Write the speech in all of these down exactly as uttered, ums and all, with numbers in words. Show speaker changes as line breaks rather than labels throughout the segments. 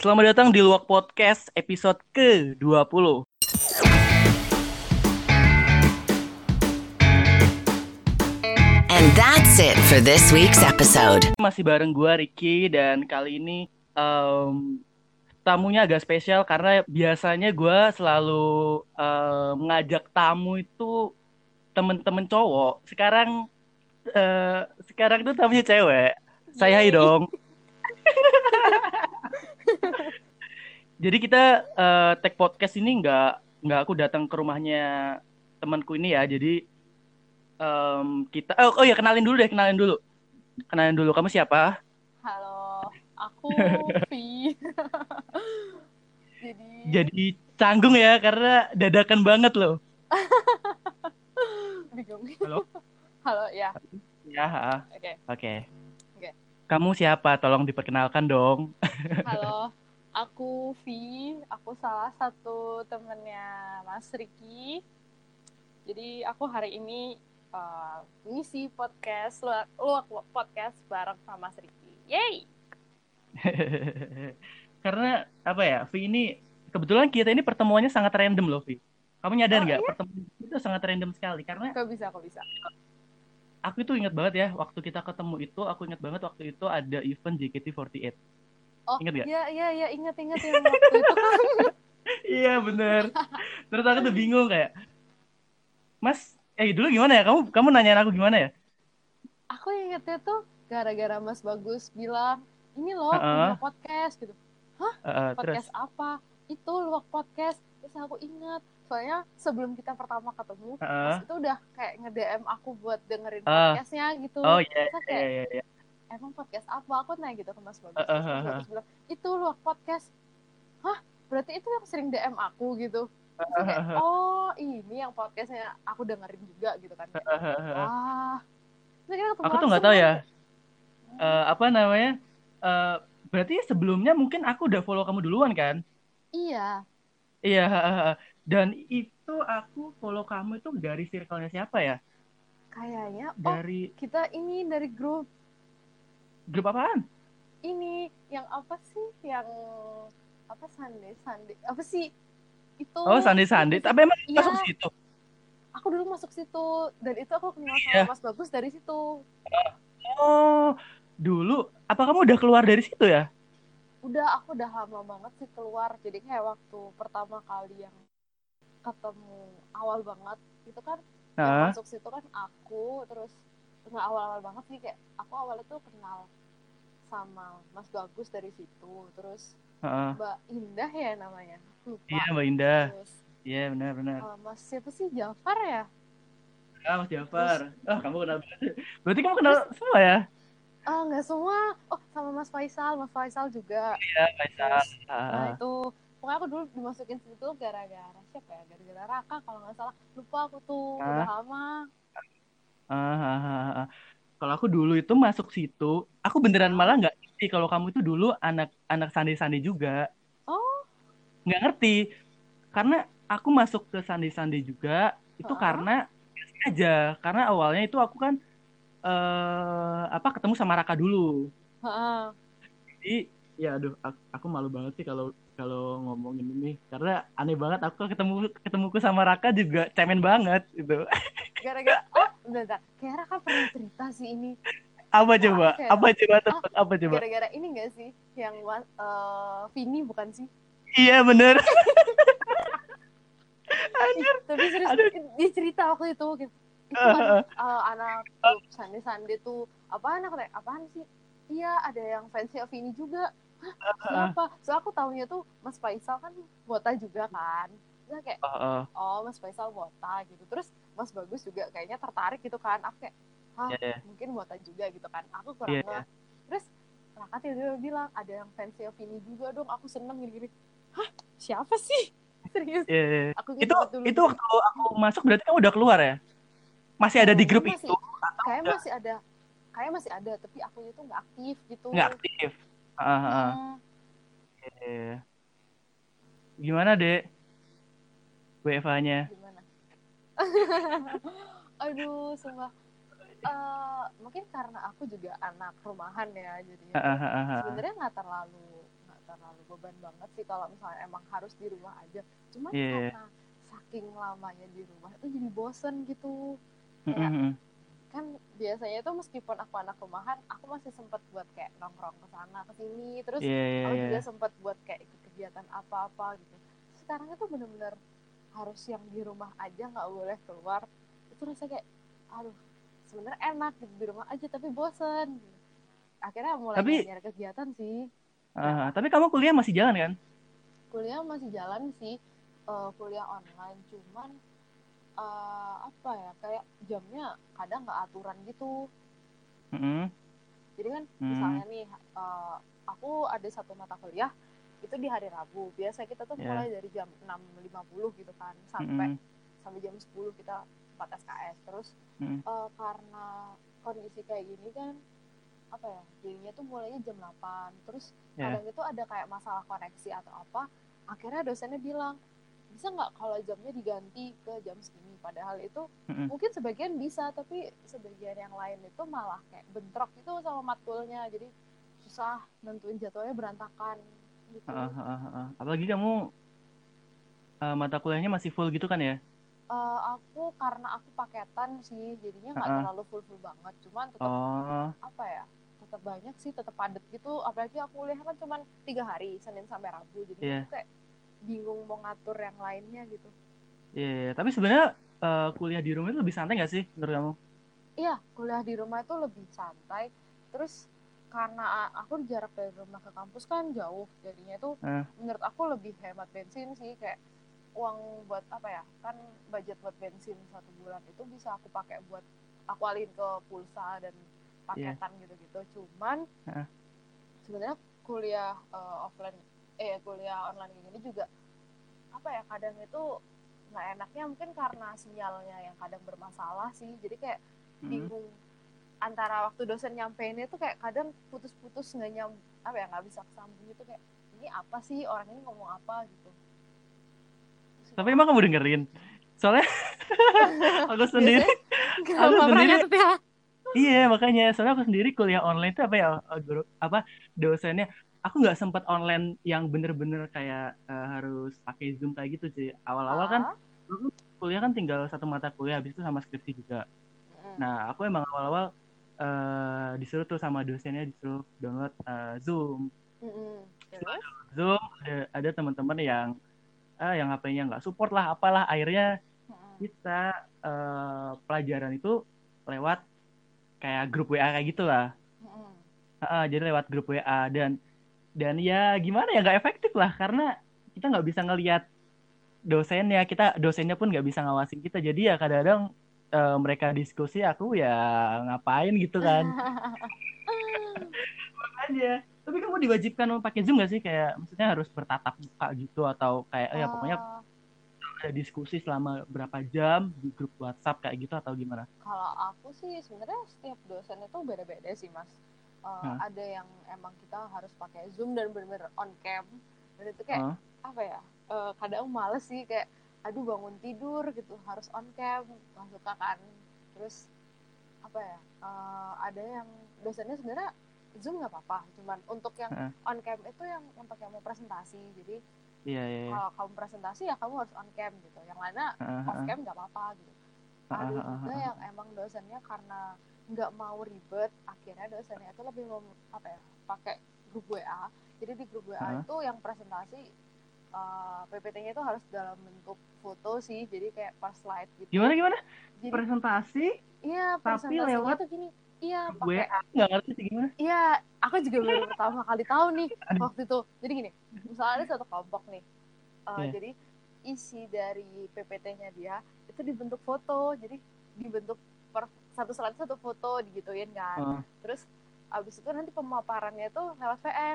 Selamat datang di Luak Podcast episode ke dua puluh.
And that's it for this week's episode.
Masih bareng gue Ricky dan kali ini em, tamunya agak spesial karena biasanya gue selalu em, ngajak tamu itu temen-temen cowok. Sekarang eh, sekarang tuh tamunya cewek. Saya hai
Yeay.
dong. Jadi kita eh, tag podcast ini nggak nggak aku datang ke rumahnya temanku ini ya. Jadi em, kita oh, oh ya kenalin dulu deh kenalin dulu kenalin dulu kamu siapa?
Halo, aku Vi. Jadi,
Jadi canggung ya karena dadakan banget loh.
bingung.
Halo?
Halo, ya.
Ya, ha.
Oke.
Oke.
Oke.
Kamu siapa? Tolong diperkenalkan dong.
Halo, aku Vi. Aku salah satu temennya Mas Ricky. Jadi aku hari ini uh, ngisi podcast, luak, luak podcast bareng sama Mas Ricky. Yeay!
Karena apa ya, Vi ini kebetulan kita ini pertemuannya sangat random loh, Vi. Kamu nyadar
Oh,
nggak?
iya?
Pertemuan itu sangat random sekali karena
Kok bisa, kok bisa.
aku itu ingat banget ya waktu kita ketemu itu, aku ingat banget waktu itu ada event J K T empat delapan.
Oh,
Ingat nggak?
iya, iya, iya. Ingat-ingat yang waktu itu kan.
Iya bener. Terus aku tuh bingung kayak, Mas, eh dulu gimana ya? Kamu kamu nanyain aku gimana ya?
Aku ingetnya tuh gara-gara Mas Bagus bilang, ini loh
Heeh.
punya podcast gitu. Hah?
Heeh, terus.
Podcast apa? Itu Luak Podcast. Terus aku ingat, soalnya sebelum kita pertama ketemu,
Heeh.
Mas itu udah kayak nge-D M aku buat dengerin
Ah.
podcastnya gitu.
Oh iya
Terus
iya
kayak,
iya iya.
emang podcast apa? Aku nanya gitu ke Mas Bagus.
Heeh,
Terus Mas
heeh,
Bagus bilang, itu Luak Podcast. Hah? Berarti itu yang sering D M aku gitu. Terus aku kayak, oh ini yang podcastnya aku dengerin juga gitu kan. Kayak,
heeh.
wah. Terus akhirnya ketemu
Aku tuh nggak
langsung
tahu
kan.
ya. Eh, apa namanya? Eh, berarti sebelumnya mungkin aku udah follow kamu duluan kan?
Iya.
Iya. Heeh, heeh. Dan itu aku follow kamu itu dari circle-nya siapa ya?
Kayaknya, oh
Dari
kita ini dari grup
grup apaan?
ini, yang apa sih, yang apa Sunday, Sunday, apa sih, itu.
Oh, Sandi-Sandi.
Itu sih.
Tapi emang
Iya,
masuk situ?
aku dulu masuk situ, dan itu aku kenal sama
Iya.
Mas Bagus dari situ.
Oh, dulu. Apa kamu udah keluar dari situ ya?
Udah, aku udah lama banget sih keluar, jadi kayak waktu pertama kali yang ketemu awal banget, itu kan yang
Heeh.
masuk situ kan aku, terus nggak awal-awal banget sih, kayak aku awalnya tuh kenal sama Mas Bagus dari situ, terus
Heeh.
Mbak Indah ya namanya, lupa.
Iya, Mbak Indah.
Terus
Iya, benar-benar.
uh, Mas siapa sih, Jafar ya?
Ah, Mas Jafar. Ah, kamu kenal banget. Berarti kamu kenal semua ya?
Ah, nggak semua. Oh, sama Mas Faisal, Mas Faisal juga.
Iya, Faisal.
Terus,
Ah,
nah
ah.
itu pokoknya aku dulu dimasukin situ gara-gara siapa ya? Gara-gara Raka kalau nggak salah. Lupa aku tuh, udah
Ah.
lama.
Ah, ah, ah, ah. Kalau aku dulu itu masuk situ, aku beneran malah nggak ngerti kalau kamu itu dulu anak anak sandi-sandi juga.
Oh,
Nggak ngerti. Karena aku masuk ke sandi-sandi juga itu
Heeh.
karena biasa aja. Karena awalnya itu aku kan eh apa ketemu sama Raka dulu.
heeh.
Jadi ya aduh aku, aku malu banget sih kalau kalau ngomongin ini karena aneh banget aku ketemu ketemuku sama Raka juga cemen banget gitu.
Gara-gara oh, bentar, kayak Raka pernah cerita sih ini.
Apa
Nah,
coba?
kayak,
Apa coba?
ah,
Tebak, apa coba?
gara-gara ini nggak sih yang uh, Vini bukan sih?
Iya bener.
Ih, tapi serius,
Aduh.
dia cerita waktu itu gitu. Itu anak, uh, anak grup Sandi Sandi tuh apa anak kayak apaan sih? Iya, ada yang fansnya Vini juga. Hah, siapa? Soalnya aku tahunya tuh Mas Faisal kan Bota juga kan. Terus kayak
Uh, uh.
oh Mas Faisal Bota gitu. Terus Mas Bagus juga kayaknya tertarik gitu kan. Aku kayak ah
Yeah, yeah.
mungkin Bota juga gitu kan. Aku kurang
Yeah,
yeah. Terus Raka tiba-tiba bilang ada yang fansnya Vini juga dong. Aku seneng gini-gini. Hah, siapa sih? Serius.
Yeah, yeah.
Aku
Itu
dulu
itu
gitu.
waktu aku masuk berarti kamu udah keluar ya? Masih ada di grup
masih,
itu?
Kayak masih ada, kayak masih ada, tapi aku itu nggak aktif gitu.
Nggak aktif. Uh, uh.
Hmm.
Yeah. Gimana dek? W F H-nya?
Gimana? Aduh, sumpah. Uh, mungkin karena aku juga anak rumahan ya, jadi
Uh, uh, uh, uh.
sebenarnya nggak terlalu nggak terlalu beban banget sih kalau misalnya emang harus di rumah aja. Cuman
Iya.
karena saking lamanya di rumah itu jadi bosen gitu.
Mm,
Kayak
mm, mm.
kan biasanya tuh meskipun aku anak rumahan, aku masih sempat buat kayak nongkrong ke sana ke sini, terus
Iya, iya,
aku
iya.
juga sempat buat kayak ikut kegiatan apa-apa gitu. Sekarang itu bener-bener harus yang di rumah aja, nggak boleh keluar. Itu rasanya kayak aduh, sebenarnya enak gitu di rumah aja tapi bosen. Akhirnya mulai
Tapi
nyari kegiatan sih.
uh,
Kenapa?
tapi kamu kuliah masih jalan kan?
Kuliah masih jalan sih, uh, kuliah online, cuman uh, apa ya, kayak jamnya kadang nggak aturan gitu.
Mm,
Jadi kan
mm,
misalnya nih, uh, aku ada satu mata kuliah itu di hari Rabu. Biasa kita tuh
ya.
mulai dari jam enam lima puluh gitu kan, sampai
Mm,
sampai jam sepuluh kita empat S K S. Terus
mm,
uh, karena kondisi kayak gini kan, apa ya, jadinya tuh mulainya jam delapan. Terus
ya.
kadang itu ada kayak masalah koneksi atau apa, akhirnya dosennya bilang, bisa nggak kalau jamnya diganti ke jam segini, padahal itu
Mm,
mungkin sebagian bisa, tapi sebagian yang lain itu malah kayak bentrok itu sama matkulnya, jadi susah nentuin jadwalnya, berantakan
uh,
gitu.
uh, uh, uh. Apalagi kamu uh, mata kuliahnya masih full gitu kan ya?
Uh, aku karena aku paketan sih, jadinya
Uh,
nggak
uh.
terlalu full full banget, cuman tetap
Oh,
apa ya, tetap banyak sih, tetap padat gitu. Apalagi aku kuliah kan cuma tiga hari, Senin sampai Rabu, jadinya
iya,
tuh kayak bingung mau ngatur yang lainnya gitu.
iya, iya. Tapi sebenarnya uh, kuliah di rumah itu lebih santai nggak sih menurut kamu?
Iya, kuliah di rumah itu lebih santai. Terus karena aku jarak dari rumah ke kampus kan jauh, jadinya itu
Uh,
menurut aku lebih hemat bensin sih. Kayak uang buat apa ya, kan budget buat bensin satu bulan itu bisa aku pakai buat aku alihin ke pulsa dan
iya.
paketan gitu-gitu. Cuman
Uh,
sebenarnya kuliah uh, offline eh kuliah online ini juga apa ya, kadang itu nggak enaknya mungkin karena sinyalnya yang kadang bermasalah sih, jadi kayak
mm.
bingung antara waktu dosen nyampein itu kayak kadang putus-putus, nggak nyam apa ya, nggak bisa kesambung gitu, kayak ini apa sih, orang ini ngomong apa gitu. Terus
Tapi
kalau
emang
aku
kamu dengerin? Soalnya aku sendiri,
biasanya
aku
nggak pernah
sendiri,
nyatet ya.
iya makanya. Soalnya aku sendiri kuliah online tuh apa ya, uh, guru, apa dosennya? Aku nggak sempat online yang bener-bener kayak uh, harus pakai Zoom kayak gitu sih. Awal-awal kan,
Ah,
dulu kuliah kan tinggal satu mata kuliah, habis itu sama skripsi juga.
mm,
Nah, aku emang awal-awal eh, disuruh tuh sama dosennya disuruh download eh, Zoom.
mm, mm. Terus
Zoom ada, ada teman-teman yang ah yang H P-nya nggak support lah, apalah. Akhirnya
mm,
kita eh, pelajaran itu lewat kayak grup W A kayak gitulah.
mm, mm.
Ah, jadi lewat grup W A dan dan ya gimana ya nggak efektif lah karena kita nggak bisa ngelihat dosennya, kita dosennya pun nggak bisa ngawasin kita. Jadi ya kadang-kadang eh, mereka diskusi aku ya ngapain gitu kan aja. Tapi kamu diwajibkan pakai Zoom gak sih? Kayak maksudnya harus bertatap muka gitu atau kayak eh, ya pokoknya
uh,
ada diskusi selama berapa jam di grup WhatsApp kayak gitu atau gimana?
Kalau aku sih sebenarnya setiap dosen itu beda-beda sih mas. Uh,
Nah,
ada yang emang kita harus pakai Zoom dan bener-bener on cam, dan itu kayak
oh,
apa ya? Uh, kadang males sih, kayak aduh bangun tidur gitu harus on cam, nggak suka kan. Terus apa ya? Uh, ada yang dosennya sebenarnya Zoom nggak apa-apa, cuman untuk yang
heeh.
on cam itu yang untuk yang mau presentasi. Jadi
Iya, iya, iya.
kalau kamu presentasi ya kamu harus on cam gitu. Yang lainnya
Heeh,
off
heeh.
cam nggak apa-apa gitu.
Heeh,
Ada
heeh,
juga
heeh.
yang emang dosennya karena nggak mau ribet, akhirnya dosennya itu lebih mem, apa ya, pakai grup W A. Jadi di grup W A
Heeh.
itu yang presentasi uh, P P T-nya itu harus dalam bentuk foto sih, jadi kayak per slide
Gimana
gitu.
gimana?
Jadi
Presentasi
iya,
tapi
presentasinya
lewat
tuh gini, iya
grup
pakai,
W A. Nggak ngerti sih gimana.
iya aku juga baru pertama kali tahu nih
Aduh,
waktu itu. Jadi gini, misalnya ada satu kelompok nih, uh,
iya.
jadi isi dari P P T-nya dia itu dibentuk foto, jadi dibentuk per satu slide satu foto digituin kan.
Oh,
Terus abis itu nanti pemaparannya itu lewat V N,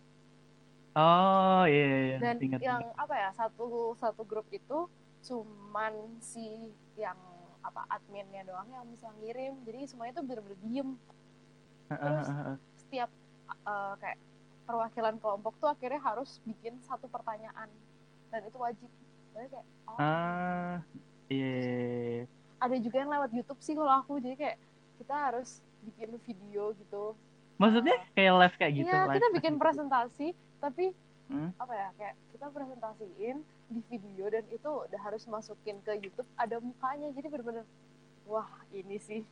oh iya, iya, iya.
dan
Ngerti, ngerti,
yang
ngerti.
apa ya, satu satu grup itu cuman si yang apa adminnya doang yang bisa ngirim, jadi semuanya itu bener-bener diem.
Heeh,
Terus
heeh, heeh.
setiap uh, kayak perwakilan kelompok tuh akhirnya harus bikin satu pertanyaan, dan itu wajib. Jadi kayak oh.
Ah, iya,
Terus
iya, iya.
ada juga yang lewat YouTube sih kalau aku, jadi kayak kita harus bikin video gitu.
Maksudnya
Uh,
kayak live kayak gitu,
Iya,
live
kita
live
bikin
gitu.
presentasi, Tapi
Hmm?
apa ya, kayak kita presentasiin di video dan itu udah harus masukin ke YouTube ada mukanya, jadi bener-bener wah ini sih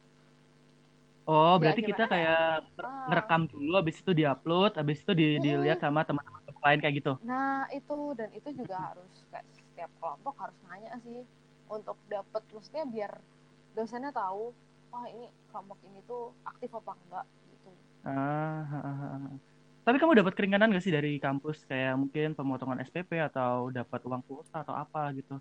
Oh,
ya
berarti kita
gimana ya.
kayak
ah,
ngerekam dulu, habis itu diupload, habis itu di, dilihat
mm-mm.
sama teman-teman lain kayak gitu.
Nah itu, dan itu juga harus kayak setiap kelompok harus nanya sih untuk dapet, maksudnya biar dosennya tahu wah ini kelompok ini tuh aktif apa enggak gitu.
Ah, ah, ah, ah. Tapi kamu dapat keringanan gak sih dari kampus, kayak mungkin pemotongan S P P atau dapat uang kuota atau apa gitu?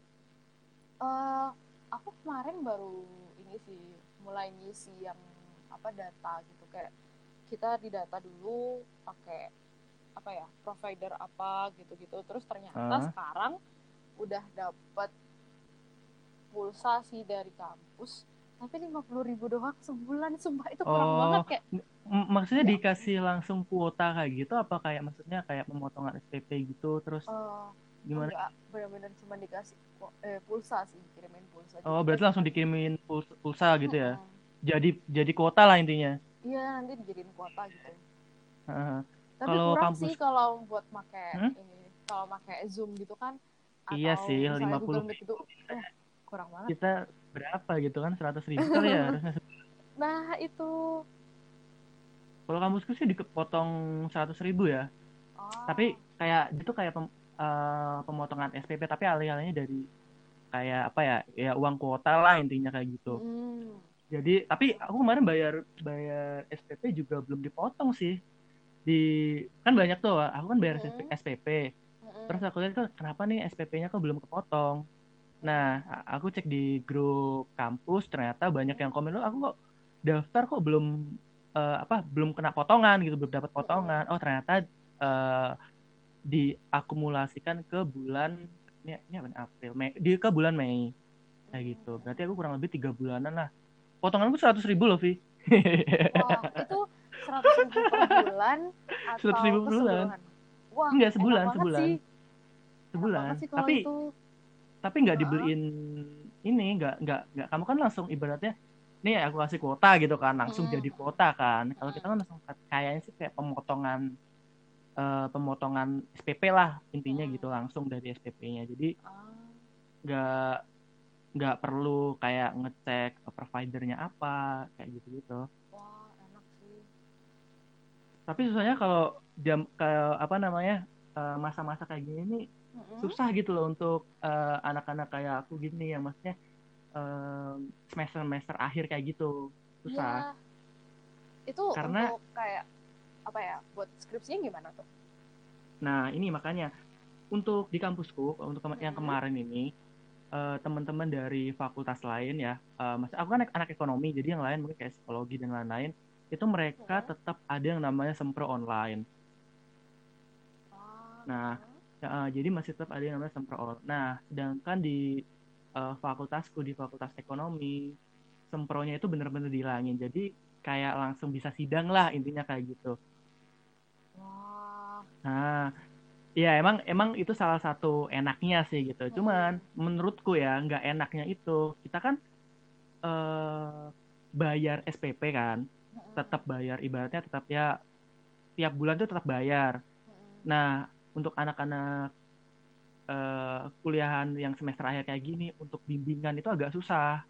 uh, aku kemarin baru ini sih mulai ngisi yang apa data gitu, kayak kita didata dulu pakai apa ya, provider apa gitu-gitu, terus ternyata
Ah.
sekarang udah dapet pulsa sih dari kampus, tapi lima puluh ribu doang sebulan, sumpah itu kurang banget
Oh,
kayak
m- maksudnya
ya ampun.
dikasih langsung kuota kayak gitu apa kayak maksudnya kayak pemotongan S P P gitu terus
Uh,
gimana?
enggak, benar-benar cuma dikasih eh, pulsa sih, dikirimin pulsa, jadi
Oh,
kita
berarti
cuma
langsung dikirimin pulsa, pulsa gitu ya.
mm-mm.
Jadi jadi kuota lah intinya.
Iya nanti dijadiin kuota gitu.
Heeh.
Tapi
Kalau
kurang
kampus,
sih kalau buat make
hmm?
ini, kalau make Zoom gitu kan,
Iya
atau
sih,
misalnya
lima puluh
Google Meet
ribu
gitu, wah kurang banget.
kita berapa gitu kan? Seratus ribu kali ya harusnya.
Nah itu.
Kalau kampusku sih dipotong seratus ribu ya. Tapi
Oh.
kayak itu kayak pem- eh, pemotongan S P P tapi alih-alihnya dari kayak apa ya? Ya uang kuota lah intinya kayak gitu.
Mm-mm.
Jadi, tapi aku kemarin bayar bayar S P P juga belum dipotong sih. Di kan banyak tuh, aku kan bayar
Mm-mm.
S P P. Terus
Mm-mm.
aku lihat kok kenapa nih S P P-nya kok belum kepotong. Nah, a- aku cek di grup kampus ternyata banyak yang komen, "Loh, aku kok daftar kok belum eh, apa belum kena potongan gitu, belum dapat potongan."
Mm-mm.
Oh, ternyata eh, diakumulasikan ke bulan ini, ini apa nih, April, Mei, di ke bulan Mei kayak gitu. Berarti aku kurang lebih tiga bulanan lah. Potonganku seratus ribu loh, Vi.
Wah itu seratus ribu per bulan
Seratus
atau
ribu per bulan.
keseluruhan? Wah
Enggak,
enak
sebulan,
banget
sebulan,
sih, enak
sebulan.
banget sih kalau
Tapi
itu.
tapi nggak
Heeh.
dibeliin ini, nggak nggak nggak. Kamu kan langsung ibaratnya, nih aku kasih kuota gitu kan, langsung
Mm-mm.
jadi kuota kan. Kalau kita
Mm-mm.
kan langsung kayaknya sih kayak pemotongan eh, pemotongan S P P lah intinya
Mm-mm.
gitu, langsung dari S P P-nya. Jadi
Ah.
nggak nggak perlu kayak ngecek providernya apa kayak gitu gitu.
Wah enak sih.
Tapi susahnya kalau jam kayak apa namanya eh, masa-masa kayak gini nih
Mm-mm.
susah gitu loh untuk eh, anak-anak kayak aku gini yang maksudnya semester semester akhir kayak gitu susah
Iya, itu
karena
untuk kayak apa ya, buat skripsinya gimana tuh?
nah ini makanya untuk di kampusku untuk kema- yang
Mm-mm.
kemarin ini eh, teman-teman dari fakultas lain ya eh, mas aku kan anak, anak ekonomi jadi yang lain mungkin kayak psikologi dan lain-lain itu mereka
Mm-mm.
tetap ada yang namanya sempro online.
Ah.
Nah, ya, eh, jadi masih tetap ada yang namanya sempro online. Nah, sedangkan di eh, fakultasku di fakultas ekonomi sempronya itu bener-bener dihilangin. Jadi kayak langsung bisa sidang lah intinya kayak gitu.
Wah.
Nah, ya emang emang itu salah satu enaknya sih gitu. Cuman
Mm-mm.
menurutku ya nggak enaknya itu kita kan eh, bayar S P P kan,
Mm-mm.
tetap bayar ibaratnya tetap ya tiap bulan tuh tetap bayar.
Mm-mm.
Nah, untuk anak-anak eh, kuliahan yang semester akhir kayak gini untuk bimbingan itu agak susah.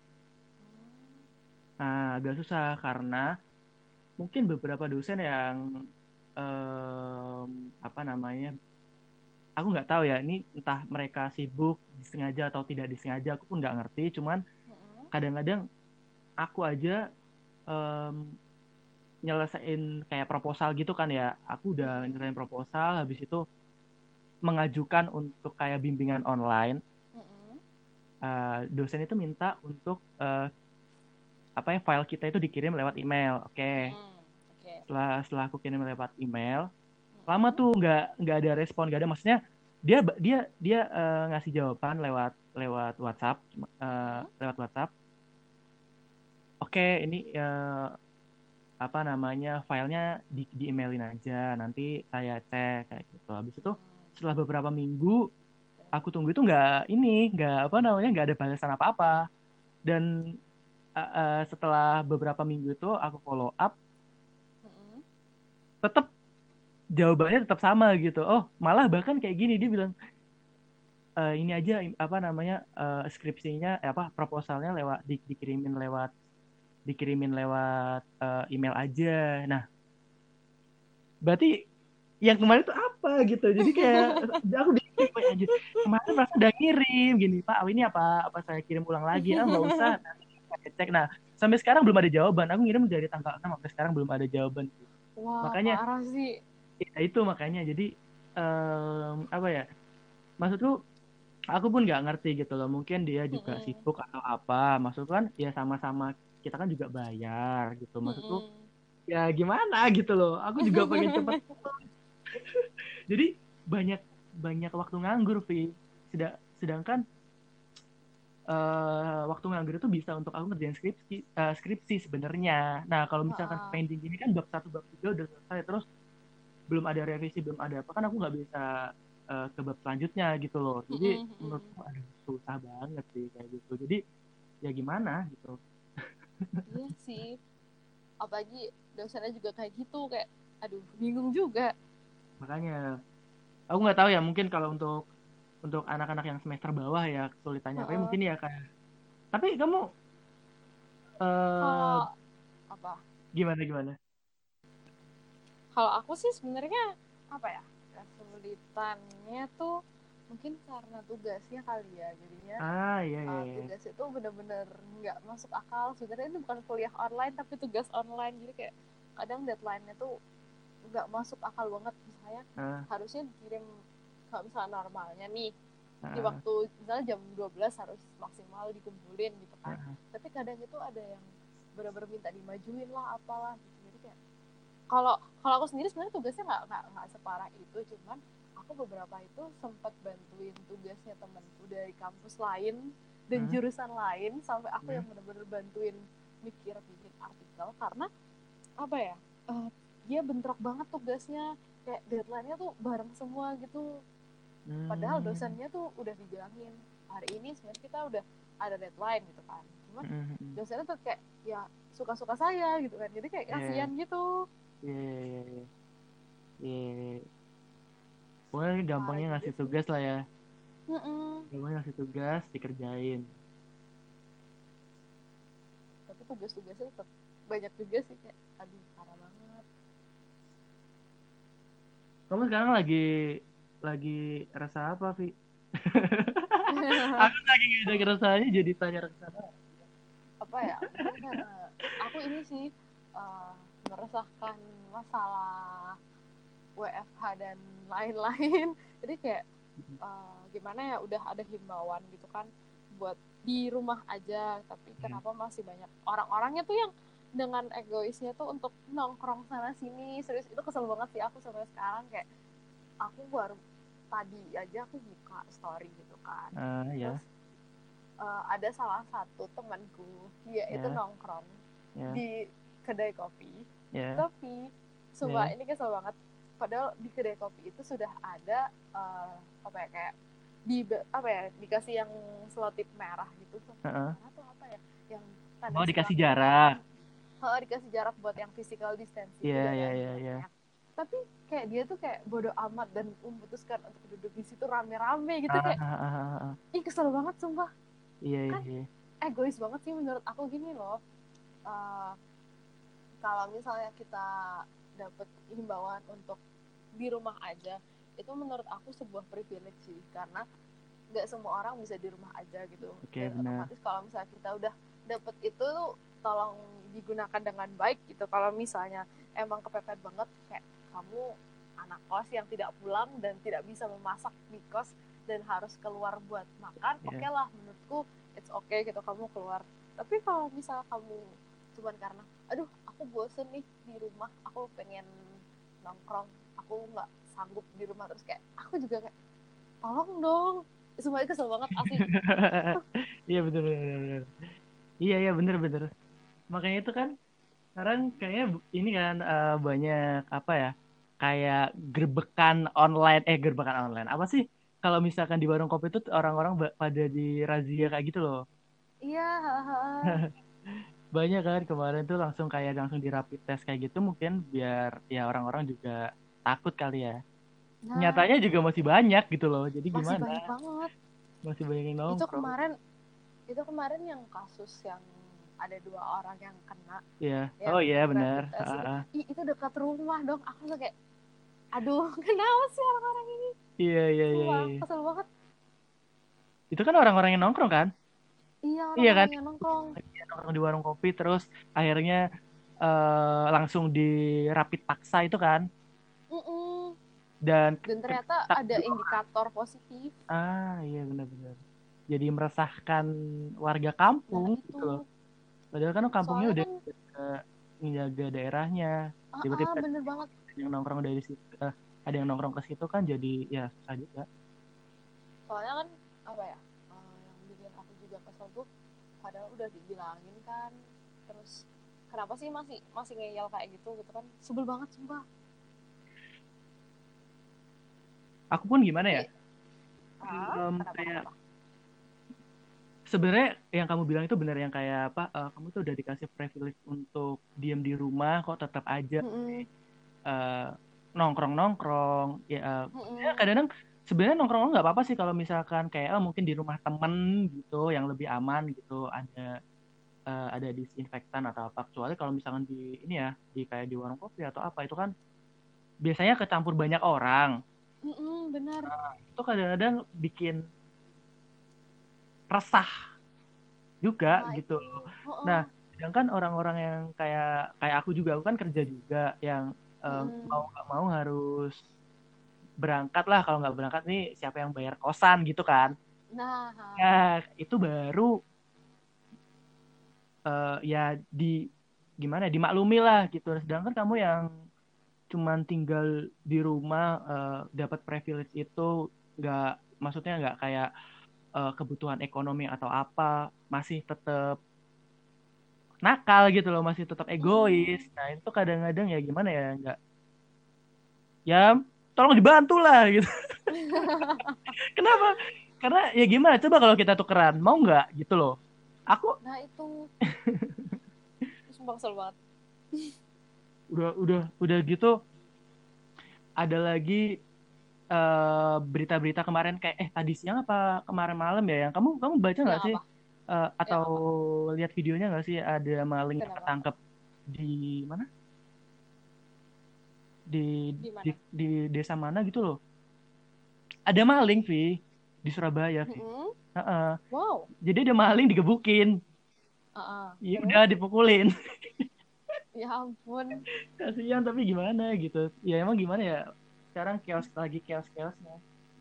Nah, agak susah karena mungkin beberapa dosen yang em, apa namanya, aku nggak tahu ya ini entah mereka sibuk disengaja atau tidak disengaja, aku pun nggak ngerti. Cuman
Mm-mm.
kadang-kadang aku aja em, nyelesain kayak proposal gitu kan ya, aku udah
Mm-mm.
nyelesain proposal, habis itu mengajukan untuk kayak bimbingan online.
Mm-mm.
Eh, dosen itu minta untuk eh, apa ya file kita itu dikirim lewat email. Oke,
Mm-mm. Oke.
setelah setelah aku kirim lewat email, lama
Mm-mm.
tuh nggak nggak ada respon, nggak ada maksudnya dia dia dia eh, ngasih jawaban lewat lewat WhatsApp, eh,
Mm-mm.
lewat WhatsApp. Oke, ini eh, apa namanya filenya di di emailin aja, nanti saya cek kayak gitu. Habis itu setelah beberapa minggu aku tunggu itu nggak ini nggak apa namanya nggak ada balasan apa-apa dan eh, eh, setelah beberapa minggu itu aku follow up
Mm-mm.
tetap jawabannya tetap sama gitu. Oh, malah bahkan kayak gini dia bilang, "Eh, ini aja im- apa namanya eh, skripsinya eh, apa proposalnya lewat di- dikirimin lewat dikirimin lewat eh, email aja." Nah, berarti yang kemarin itu apa gitu. Jadi kayak aku bingung kayak aja. Kemarin Mas udah ngirim gini, "Pak, ini apa apa saya kirim ulang lagi?" Ah, nggak usah. Nanti saya cek. Nah, sampai sekarang belum ada jawaban. Aku ngirim dari tanggal enam sampai sekarang belum ada jawaban.
Wah,
Makanya
parah sih.
ya itu makanya jadi em, apa ya? Maksudku aku pun nggak ngerti gitu loh. Mungkin dia juga
Mm-mm.
sibuk atau apa. Maksudku kan ya sama-sama kita kan juga bayar gitu. Maksudku
Mm-mm.
ya gimana gitu loh. Aku juga pengen cepet. Jadi banyak banyak waktu nganggur, Vi. Sedang, sedangkan eh, waktu nganggur itu bisa untuk aku ngerjain skripsi, eh, skripsi sebenarnya. Nah, kalau misalkan
Ha-ha.
pending gini kan bab satu bab tiga udah selesai, terus belum ada revisi, belum ada apa kan aku nggak bisa eh, ke bab selanjutnya gitu loh. Jadi
Mm-mm. Mm-mm.
menurutku aduh susah banget sih kayak gitu. Jadi ya gimana gitu.
Iya sih, apalagi dosennya juga kayak gitu, kayak aduh bingung juga.
Makanya aku nggak tahu ya mungkin kalau untuk untuk anak-anak yang semester bawah ya kesulitannya apa ya
Heeh.
mungkin ya kayak. Tapi kamu eh
Kalau apa,
gimana gimana?
kalau aku sih sebenarnya apa ya, kesulitannya tuh mungkin karena tugasnya kali ya, jadinya
Ah, iya, iya,
uh,
iya.
tugas itu bener-bener nggak masuk akal. Sebenarnya itu bukan kuliah online tapi tugas online, jadi kayak kadang deadline-nya tuh nggak masuk akal banget. Misalnya
Ah,
harusnya dikirim, kalau misalnya normalnya nih di
ah,
waktu misalnya jam dua belas harus maksimal dikumpulin gitu kan,
ah,
tapi kadang itu ada yang benar-benar minta dimajuin lah apalah gitu. Jadi kayak kalau kalau aku sendiri sebenarnya tugasnya nggak nggak nggak separah itu, cuman aku beberapa itu sempat bantuin tugasnya temanku dari kampus lain dan
hmm,
jurusan lain, sampai aku
hmm,
yang benar-benar bantuin mikir bikin artikel karena apa ya, uh, dia bentrok banget tugasnya, kayak deadline-nya tuh bareng semua gitu. Padahal
hmm,
dosennya tuh udah dibilangin hari ini sebenarnya kita udah ada deadline gitu kan, cuman
hmm, hmm, hmm.
dosennya tuh kayak ya suka-suka saya gitu kan, jadi kayak
Iya,
kasihan gitu.
iya, iya, iya, iya, iya. Pokoknya
Parah
gampangnya
juga
ngasih
sih.
tugas lah ya.
Mm-mm.
Gampangnya ngasih tugas, dikerjain.
Tapi tugas-tugasnya tetap banyak juga sih, kayak aduh parah banget.
Kamu sekarang lagi lagi rasa apa, Vi? Aku saking gak ada keresahannya jadi tanya rasa apa.
Apa ya, mungkin karena aku ini sih uh, meresahkan masalah W F H dan lain-lain. Jadi kayak uh, gimana ya, udah ada himbauan gitu kan buat di rumah aja, tapi
Iya.
kenapa masih banyak orang-orangnya tuh yang dengan egoisnya tuh untuk nongkrong sana sini. Serius itu kesel banget sih aku sampai sekarang. Kayak aku baru tadi aja aku buka story gitu kan,
Ah,
terus
ya,
uh, ada salah satu temanku, dia itu
ya,
nongkrong
ya,
di kedai kopi,
ya,
tapi sumpah
ya.
ini kesel banget, padahal di kedai kopi itu sudah ada uh, apa ya, kayak di apa ya, dikasih yang selotip merah gitu, selotip
Heeh.
merah tuh apa ya, yang tanda
Oh, dikasih
silang
jarak.
tangan. Heeh, dikasih jarak buat yang physical distancing
Iya, iya,
udara
iya, iya.
bilangnya. Tapi kayak dia tuh kayak bodoh amat dan memutuskan untuk duduk di situ rame-rame gitu,
Ah,
kayak
ah, ah, ah, ah.
ih kesel banget sumpah.
Iya, iya,
Kan
iya.
egois banget sih menurut aku, gini loh, uh, kalau misalnya kita dapat himbauan untuk di rumah aja, itu menurut aku sebuah privilege sih, karena nggak semua orang bisa di rumah aja gitu.
Oke,
Dan
benar.
otomatis kalau misalnya kita udah dapet itu, tolong digunakan dengan baik gitu. Kalau misalnya emang kepepet banget, kayak kamu anak kos yang tidak pulang dan tidak bisa memasak di kos dan harus keluar buat makan, oke
Iya.
okay lah menurutku, it's okay gitu kamu keluar. Tapi kalau misalnya kamu cuman karena aduh aku bosen nih di rumah, aku pengen nongkrong, aku nggak sanggup di rumah, terus kayak aku juga kayak tolong dong. Sumpah kesel banget asli.
Iya, benar, benar, benar, benar. Iya, iya, benar, benar. Makanya itu kan sekarang kayaknya bu- ini kan eh, banyak apa ya? Kayak gerbekan online, eh gerbekan online. Apa sih? Kalau misalkan di warung kopi itu orang-orang ba- pada di razia kayak gitu loh.
Iya, haha.
Banyak kan kemarin tuh langsung kayak langsung di rapid test kayak gitu mungkin biar ya orang-orang juga takut kali ya.
Nah,
Nyatanya juga masih banyak gitu loh. Jadi
masih
gimana?
banyak banget.
Masih banyak yang
Itu
nongkrong.
kemarin itu kemarin yang kasus yang ada dua orang yang kena,
Iya.
yang
Oh iya benar.
rapid test itu,
Ah, ah.
ih, itu dekat rumah dong. Aku tuh kayak, aduh, kenapa sih orang-orang ini?
Iya iya iya.
Sumpah,
iya.
kesel banget.
Itu kan orang-orang yang nongkrong kan?
Iya,
Iya kan?
orang-orang yang nongkrong.
Dia nongkrong di warung kopi terus akhirnya eh, langsung dirapit paksa itu kan?
Mm-mm.
Dan
Dan
ke-
ternyata
tak
ada
dua.
indikator positif.
Ah iya benar-benar. Jadi meresahkan warga
Nah
kampung gitu loh.
itu,
Padahal kan kampungnya
soalnya
udah
kan,
eh, menjaga daerahnya.
ah,
Tiba-tiba
ah,
ada
bener banget.
yang nongkrong dari situ, eh, ada yang nongkrong ke situ kan jadi ya susah juga.
Soalnya kan, apa ya, eh, yang bikin aku juga kesel tuh, padahal udah dibilangin kan, terus kenapa sih masih masih ngeyel kayak gitu gitu kan, sebel banget sumpah.
Aku pun gimana ya?
Tapi, ah,
Em,
kenapa
kayak
kenapa?
sebenarnya yang kamu bilang itu benar yang kayak apa? eh, kamu tuh udah dikasih privilege untuk diam di rumah kok tetap aja
Mm-mm,
eh, nongkrong-nongkrong. Ya, eh, ya
mm-mm,
kadang-kadang sebenarnya nongkrong nggak apa-apa sih kalau misalkan kayak oh, mungkin di rumah temen gitu yang lebih aman gitu ada eh, ada disinfektan atau apa. Kecuali kalau misalkan di ini ya di kayak di warung kopi atau apa itu kan biasanya kecampur banyak orang.
mm-mm, bener.
Itu kadang-kadang bikin resah juga
Nah
gitu.
itu,
Nah,
oh,
sedangkan orang-orang yang kayak kayak aku juga, aku kan kerja juga yang em, mau nggak mau harus berangkat lah. Kalau nggak berangkat nih siapa yang bayar kosan gitu kan?
nah,
Nah, itu baru eh, ya di gimana ya, dimaklumi lah gitu. Sedangkan kamu yang cuman tinggal di rumah eh, dapat privilege itu nggak maksudnya nggak kayak eh, kebutuhan ekonomi atau apa masih tetap nakal gitu loh masih tetap egois.
mm-mm.
Nah itu kadang-kadang ya gimana ya nggak ya tolong dibantu lah gitu. Kenapa? Karena ya gimana coba kalau kita tukeran mau nggak gitu loh. Aku
Nah itu, sumpah kesel banget.
udah udah udah gitu ada lagi eh, berita-berita kemarin kayak eh tadi siang apa kemarin malam ya yang kamu kamu baca nggak
Yang
sih
apa?
Eh, atau
Yang apa?
lihat videonya nggak sih ada maling yang
Kenapa?
ketangkep di mana di
Di
di
mana?
di desa mana gitu loh. Ada maling, Vi, di Surabaya, Vi.
Mm-mm.
Heeh.
Wow.
Jadi ada maling digebukin.
Uh-uh.
Ya
Terus?
udah dipukulin.
Ya ampun.
Kasihan tapi gimana gitu. Ya emang gimana ya? Sekarang chaos lagi chaos-chaosnya.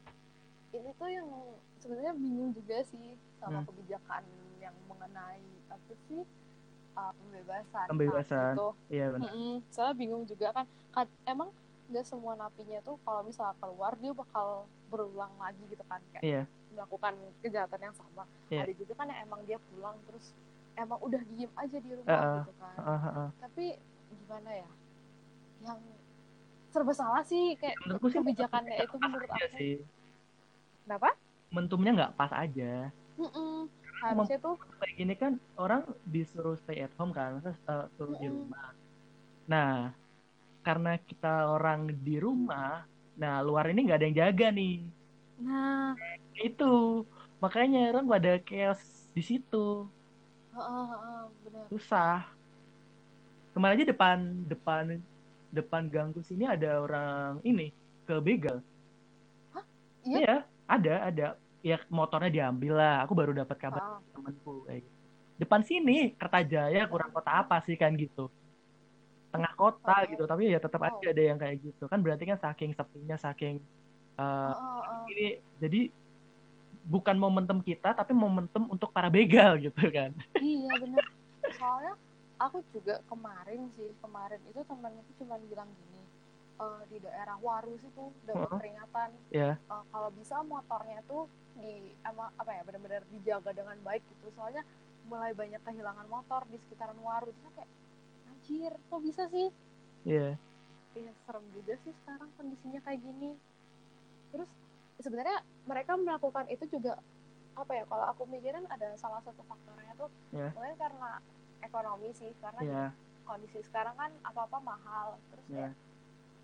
Ini tuh yang sebenarnya bingung juga sih sama
Hmm.
kebijakan yang mengenai apa sih, uh, pembebasan napi
Pembebasan.
itu.
Iya benar.
Mm-mm. Soalnya bingung juga kan, kan emang nggak semua napinya tuh kalau misalnya keluar dia bakal berulang lagi gitu kan, kayak
Iya,
melakukan kejahatan yang sama.
iya.
Ada juga kan yang emang dia pulang terus emang udah diem aja di rumah
Heeh.
gitu kan.
Heeh, heeh.
Tapi gimana ya, yang serba salah sih
Ya,
kayak
menurutku sih momentumnya
kebijakannya
nggak
itu
pas
menurut
aja
aku.
sih.
Kenapa?
Momentumnya nggak pas aja.
Mm-mm.
Mom-
Harusnya tuh,
Kayak gini kan orang disuruh stay at home kan, terus eh, suruh di
mm-mm.
rumah. Nah, karena kita orang di rumah, nah luar ini nggak ada yang jaga nih.
Nah,
Itu makanya orang pada chaos di situ,
heeh, heeh, bener.
susah. Kemarin aja depan depan depan gangku sini ada orang ini ke begal.
Hah? Iya?
Iya, ada ada. Ya motornya diambil lah. Aku baru dapat kabar
Heeh,
dari temanku kayak gitu. Depan sini Kertajaya
ya
kurang kota
ampun.
apa sih kan gitu. Tengah kota
Heeh,
gitu, tapi ya tetap aja
wow.
ada yang kayak gitu. Kan berarti kan saking sepinya, saking eh,
Heeh, heeh.
ini jadi bukan momentum kita tapi momentum untuk para begal gitu kan.
Iya bener. Soalnya aku juga kemarin sih, kemarin itu temanku cuma bilang gini, eh, di daerah Warus itu dapat
Heeh,
peringatan,
ya,
eh, kalau bisa motornya tuh di emang apa ya, benar-benar dijaga dengan baik gitu. Soalnya mulai banyak kehilangan motor di sekitaran Warus. Itu kayak anjir, kok bisa sih?
iya,
Ya serem juga sih sekarang kondisinya kayak gini. Terus sebenarnya mereka melakukan itu juga apa ya, kalau aku mikirin ada salah satu faktornya tuh
ya,
mungkin karena ekonomi sih, karena gini,
ya,
kondisi sekarang kan apa-apa mahal, terus
ya,
kayak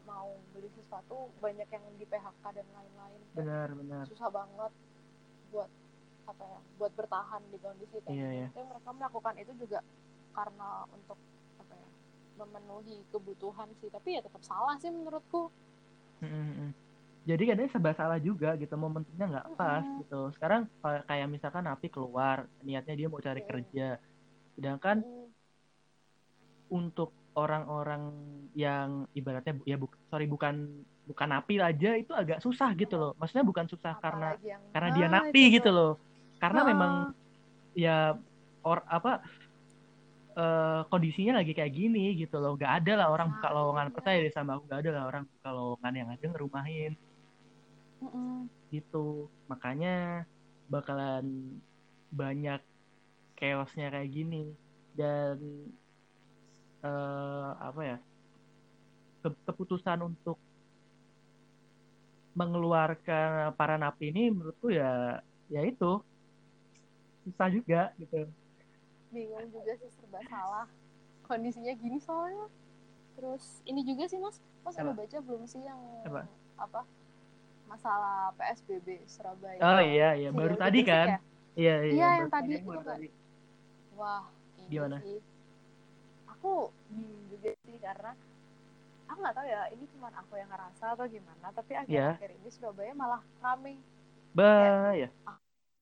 mau beli sesuatu banyak yang di P H K dan lain-lain.
Benar, benar.
Susah banget buat apa ya, buat bertahan di kondisi kayak
Iya,
gitu.
iya.
Tapi mereka melakukan itu juga karena untuk apa ya, memenuhi kebutuhan sih. Tapi ya tetap salah sih menurutku.
Mm-mm. Jadi kadang serba salah juga gitu, momentumnya nggak pas
Mm-mm.
gitu. Sekarang kayak kayak misalkan Napi keluar, niatnya dia mau cari
Mm-mm.
kerja, sedangkan
Mm-mm.
untuk orang-orang yang ibaratnya bu- ya bu, sorry bukan bukan Napi aja itu agak susah gitu loh. Maksudnya bukan susah karena
Apalagi yang
karena dia
nah
Napi
itu
gitu
tuh.
loh. Karena memang
Heeh.
ya or apa eh, kondisinya lagi kayak gini gitu loh. Gak ada lah orang buka
Nah
lowongan,
iya.
percaya deh sama aku, gak ada lah orang buka lowongan yang ada ngerumahin
Mm-mm.
gitu. Makanya bakalan banyak chaosnya kayak gini. Dan eh, apa ya, ke- keputusan untuk mengeluarkan para napi ini menurutku ya ya itu susah juga gitu.
Bingung juga sih, serba salah kondisinya gini soalnya. Terus ini juga sih mas, mas udah
Apa?
baca belum sih yang
Apa?
apa masalah P S B B
Oh
Surabaya
iya iya baru
Civil
tadi
Defense
kan.
ya?
Iya iya
Iya yang
baru tadi
tadi
aku
itu
baru
kan.
tadi.
Wah ini
Gimana?
sih aku bingung juga sih, karena aku nggak tahu ya ini cuma aku yang ngerasa atau gimana, tapi
Iya.
akhir-akhir ini Surabaya malah rame. Kayak
Bah ya.
ah,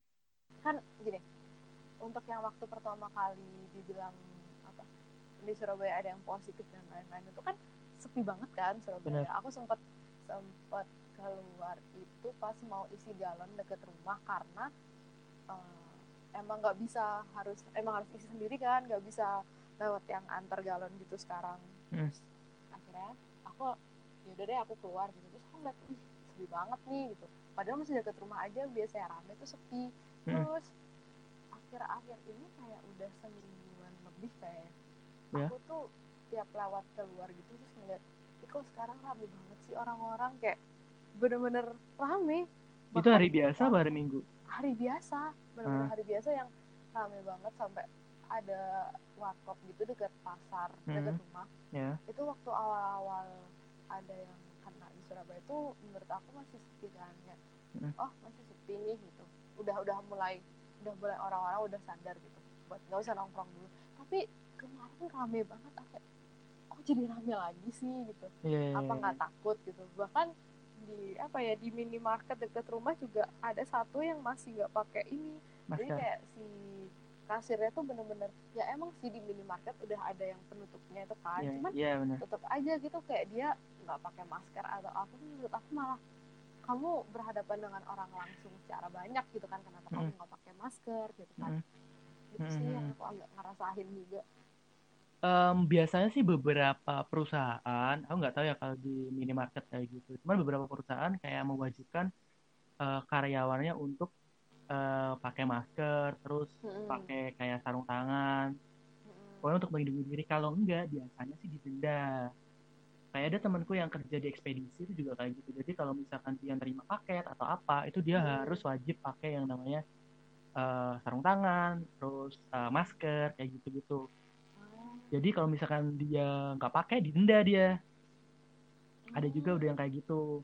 kan gini, untuk yang waktu pertama kali dibilang apa di Surabaya ada yang positif dan lain-lain itu kan sepi banget kan Surabaya.
Benar.
Aku sempat sempat keluar itu pas mau isi galon deket rumah karena uh, emang nggak bisa, harus emang harus isi sendiri kan, nggak bisa lewat yang antar galon gitu sekarang.
Hmm.
Terus akhirnya aku yaudah deh aku keluar gitu, terus aku ngeliat ih sepi banget nih gitu, padahal masih deket rumah aja biasanya rame tuh sepi.
Hmm.
Terus akhir-akhir ini kayak udah semingguan lebih kayak
Ya.
aku tuh tiap lewat keluar gitu terus ngeliat ih kok sekarang rame banget sih orang-orang, kayak bener-bener rame.
Itu
Bahkan
hari biasa
uh,
apa hari Minggu?
hari biasa, bener-bener
Ah.
hari biasa yang rame banget, sampai ada warkop gitu dekat pasar,
Hmm.
dekat rumah.
Ya.
Itu waktu awal-awal ada yang kena di Surabaya itu menurut aku masih sepi kan ya.
Hmm.
Oh masih sepi nih gitu, udah udah mulai udah mulai orang-orang udah sadar gitu buat nggak usah nongkrong dulu. Tapi kemarin rame banget, apa kok jadi rame lagi sih gitu.
Yeah.
Apa nggak takut gitu, bahkan di apa ya di minimarket dekat rumah juga ada satu yang masih nggak pakai ini. Jadi
Masker.
kayak si kasirnya tuh bener-bener ya emang sih di minimarket udah ada yang penutupnya itu kan,
Yeah.
cuman
Yeah, benar.
tetap aja gitu kayak dia nggak pakai masker atau apa. Menurut aku malah kamu berhadapan dengan orang langsung secara banyak gitu kan, kenapa
Mm.
kamu nggak pakai masker gitu kan.
Mm.
Itu sih yang
Mm.
aku agak ngerasain juga.
Um, biasanya sih beberapa perusahaan, aku nggak tahu ya kalau di minimarket kayak gitu. Cuman beberapa perusahaan kayak mewajibkan uh, karyawannya untuk uh, pakai masker, terus
Hmm.
pakai kayak sarung tangan,
Hmm.
pokoknya untuk melindungi diri. Kalau enggak, biasanya sih didenda. Kayak ada temanku yang kerja di ekspedisi itu juga kayak gitu. Jadi kalau misalkan dia terima paket atau apa, itu dia
Hmm.
harus wajib pakai yang namanya uh, sarung tangan, terus uh, masker, kayak gitu-gitu. Jadi kalau misalkan dia nggak pakai didenda dia. Ada juga udah yang kayak gitu.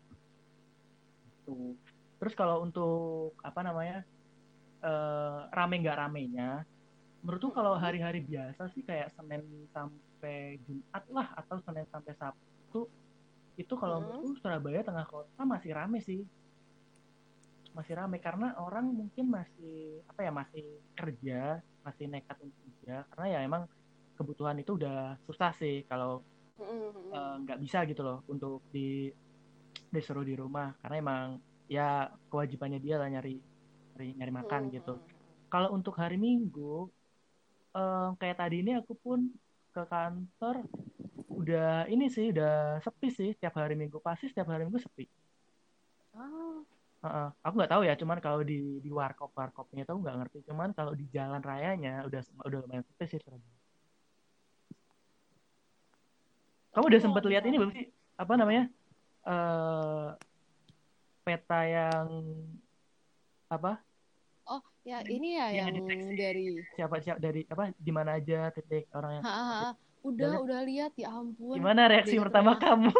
Tuh. Terus kalau untuk apa namanya eh, rame nggak ramenya, menurutku kalau
Hmm.
hari-hari biasa sih kayak Senin sampai Jumat lah atau Senin sampai Sabtu itu kalau
Hmm.
menurutku Surabaya tengah kota masih rame sih. Masih rame karena orang mungkin masih apa ya masih kerja, masih nekat untuk kerja karena ya emang kebutuhan itu udah susah sih kalau
Hmm.
nggak uh, bisa gitu loh untuk di disuruh di rumah karena emang ya kewajibannya dia lah nyari nyari, nyari makan gitu.
Hmm.
Kalau untuk hari Minggu eh, kayak tadi ini aku pun ke kantor udah ini sih udah sepi sih setiap hari Minggu pasti setiap hari Minggu sepi.
Ah.
Uh, aku nggak tahu ya cuman kalau di di warkop warkopnya itu aku nggak ngerti cuman kalau di jalan rayanya udah udah lumayan sepi sih Surabaya. Kamu
Tapi
udah
kalau
sempat lihat ini
misalnya
belum sih apa namanya uh, peta yang apa
oh ya ini ya
yang
yang
ngedeteksi
dari
siapa siapa dari apa di mana aja titik orang yang
ha, ha, ha.
positif.
udah
Udah lihat?
udah lihat ya ampun
Gimana reaksi
dekat
pertama
rumah.
kamu?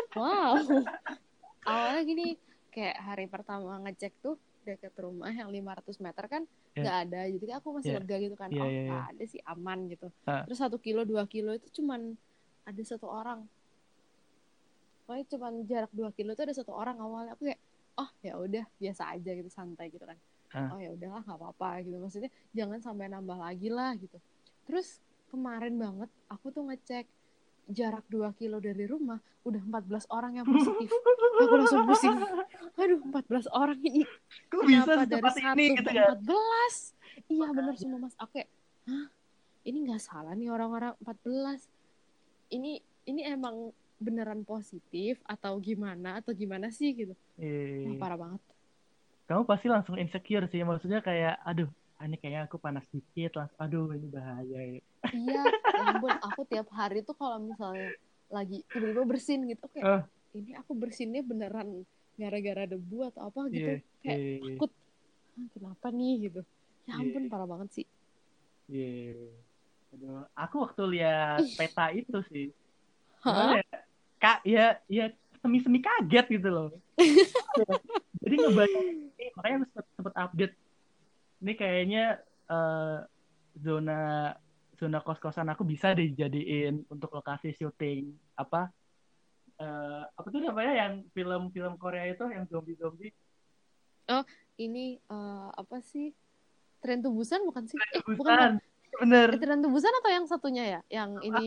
Wow. Awalnya gini, kayak hari pertama ngecek tuh deket rumah yang lima ratus meter kan
Ya,
nggak ada. Jadi kan aku masih
ya,
lega gitu kan.
ya,
Oh
ya,
nggak
ya.
ada sih, aman gitu.
Ah,
Terus satu kilo, dua kilo itu cuman ada satu orang. Pokoknya cuman jarak dua kilo itu ada satu orang awalnya. Aku kayak, oh ya udah biasa aja gitu, santai gitu kan.
ah.
Oh ya udahlah nggak apa-apa gitu. Maksudnya jangan sampai nambah lagi lah gitu. Terus kemarin banget aku tuh ngecek jarak dua kilo dari rumah udah empat belas orang yang positif. Aku langsung pusing. Aduh, empat belas orang ini
Kok bisa
kenapa dari
secepat ini
satu
gitu
ke
ya?
empat belas? Iya bener semua Mas. Oke. Hah? Ini nggak salah nih orang-orang empat belas. Ini ini emang beneran positif atau gimana atau gimana sih gitu. Wah,
Eh,
parah banget.
kamu pasti langsung insecure sih. Maksudnya kayak, aduh, ini kayaknya aku panas dikit. Langsung, aduh, ini bahaya. Ya.
Iya, ya ampun, aku tiap hari tuh kalau misalnya lagi tiba-tiba bersin gitu, oke,
Ah,
ini aku bersinnya beneran gara-gara debu atau apa gitu,
iya,
kayak
iya,
takut, "Hah, kenapa nih gitu. Ya ampun,
iya,
parah banget sih.
iya. Aduh, aku waktu lihat peta itu sih, gimana
Hah?
ya? Kak, ya, ya semi-semi kaget gitu loh. Jadi ngebayang, eh, makanya aku sempet, sempet update. Ini kayaknya eh, zona zona kos-kosan aku bisa dijadiin untuk lokasi syuting apa eh, apa tuh namanya yang film-film Korea itu yang zombie-zombie
Oh, ini eh, apa sih? Tren Tubusan bukan sih? Eh, bukan, bukan.
Busan bener
Eh, Tren Tubusan atau yang satunya ya? Yang ini,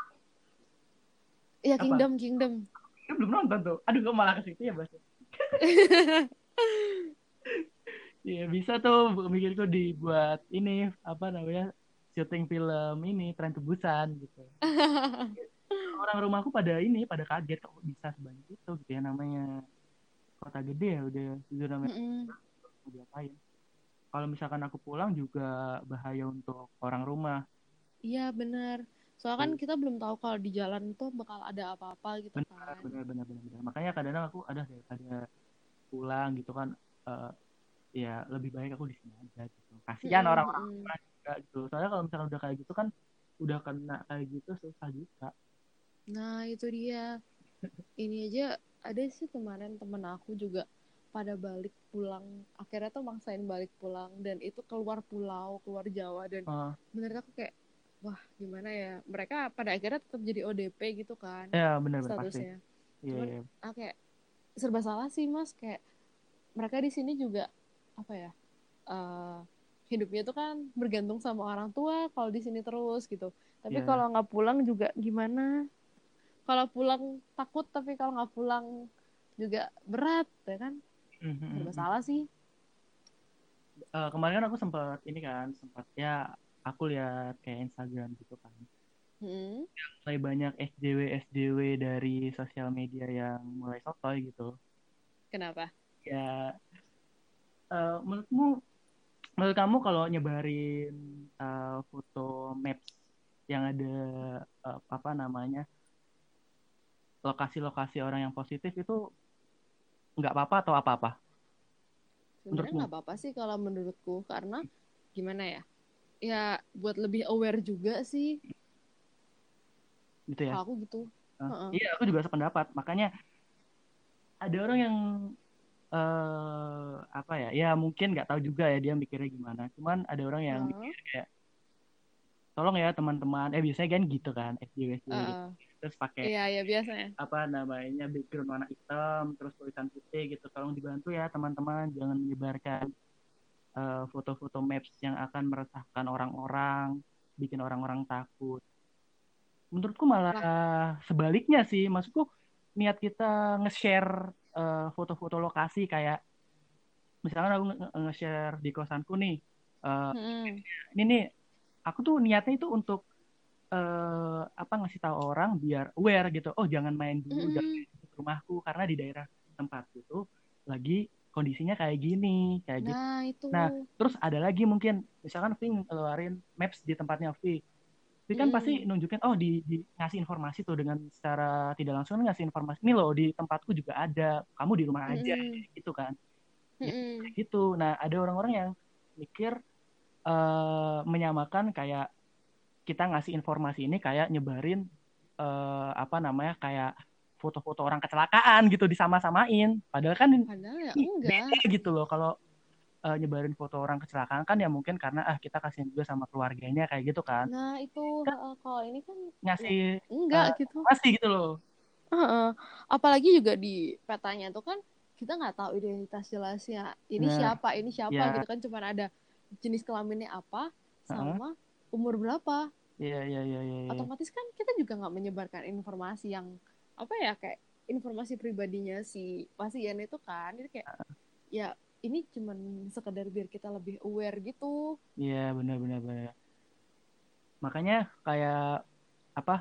ya
apa
Kingdom, Kingdom.
dia belum nonton tuh aduh gue malah ke situ ya bahasa ya bisa tuh mikirku dibuat ini apa namanya syuting film ini Tren to Busan gitu orang rumahku pada ini pada kaget kok bisa sebanyak itu gitu ya namanya kota gede ya udah zona merah
Mm-mm.
mau diapain kalau misalkan aku pulang juga bahaya untuk orang rumah.
Iya, bener. Soalnya kan
Tuh,
kita belum tahu kalau di jalan tuh bakal ada apa-apa gitu
benar
kan.
benar benar benar benar. Makanya kadang-kadang aku ada daripada pulang gitu kan eh, ya lebih baik aku di sini aja gitu kasihan
Mm-mm,
orang-orang
mm-mm.
rumah juga gitu soalnya kalau misalkan udah kayak gitu kan udah kena kayak gitu susah juga.
Nah, itu dia. Ini aja ada sih kemarin temen aku juga pada balik pulang. Akhirnya tuh maksain balik pulang dan itu keluar pulau, keluar Jawa dan
Eh,
menurut aku kayak wah, gimana ya? Mereka pada akhirnya tetap jadi O D P gitu kan
ya benar-benar pasti
statusnya.
iya
Cuman
iya
ah, kayak serba salah sih, Mas. Kayak mereka di sini juga apa ya? eh, hidupnya tuh kan bergantung sama orang tua kalau di sini terus gitu. Tapi
iya.
kalau nggak pulang juga gimana? Kalau pulang takut, tapi kalau nggak pulang juga berat, ya kan?
Mhm, mhm,
Serba
mhm.
salah sih.
Eh, kemarin kan aku sempat ini kan sempat ya aku lihat kayak Instagram gitu kan
Hmm,
mulai banyak S J W S J W dari sosial media yang mulai sotoy gitu
kenapa?
ya eh, menurutmu menurut kamu kalau nyebarin eh, foto maps yang ada eh, apa namanya lokasi-lokasi orang yang positif itu nggak apa-apa atau apa-apa
Sebenarnya
menurutmu
nggak apa-apa sih kalau menurutku, karena gimana ya? Ya buat lebih aware juga sih.
gitu ya.
Kalau aku gitu.
Eh,
Heeh.
iya aku juga sependapat makanya ada orang yang eh apa ya ya mungkin nggak tahu juga ya dia mikirnya gimana cuman ada orang yang
Heeh.
mikir kayak tolong ya teman-teman eh biasanya kan gitu kan S J W S J W gitu
Heeh.
terus pakai
Iya, ya biasanya.
apa namanya background warna hitam terus tulisan putih gitu tolong dibantu ya teman-teman jangan menyebarkan eh, foto-foto maps yang akan meresahkan orang-orang bikin orang-orang takut menurutku malah
Lah,
sebaliknya sih maksudku niat kita nge-share eh, foto-foto lokasi kayak misalkan aku nge- nge-share di kosanku nih eh,
hmm.
ini nih aku tuh niatnya itu untuk eh, apa ngasih tahu orang biar aware gitu oh jangan main dulu jangan
Mm-mm.
main dulu ke rumahku karena di daerah tempat itu lagi kondisinya kayak gini kayak gitu
Nah, itu.
nah terus ada lagi mungkin misalkan Vi ngeluarin maps di tempatnya Vi Vi kan pasti
Mm-mm.
nunjukin oh di, di ngasih informasi tuh dengan secara tidak langsung kan ngasih informasi ini loh di tempatku juga ada kamu di rumah aja
Mm-mm.
gitu kan ya kayak
Mm-mm.
gitu nah ada orang-orang yang mikir eh, menyamakan kayak kita ngasih informasi ini kayak nyebarin eh, apa namanya kayak foto-foto orang kecelakaan gitu disama-samain. Padahal kan
Padahal ya
ini
enggak.
beda gitu loh. Kalau eh, nyebarin foto orang kecelakaan kan ya mungkin karena ah kita kasihan juga sama keluarganya kayak gitu kan.
Nah itu
Kan
heeh, kalau ini kan ya
ngasih
enggak
eh,
gitu.
informasi gitu loh.
Heeh. Apalagi juga di petanya tuh kan kita nggak tahu identitas jelasnya. Ini
Bener.
siapa, ini siapa
Ya,
gitu kan. Cuman ada jenis kelaminnya apa
heeh.
sama umur berapa.
Iya, iya, iya, iya, iya.
Otomatis kan kita juga nggak menyebarkan informasi yang apa ya kayak informasi pribadinya si pasien itu kan. Jadi kayak ya ini cuman sekedar biar kita lebih aware gitu.
Iya, benar, benar, benar. Makanya kayak apa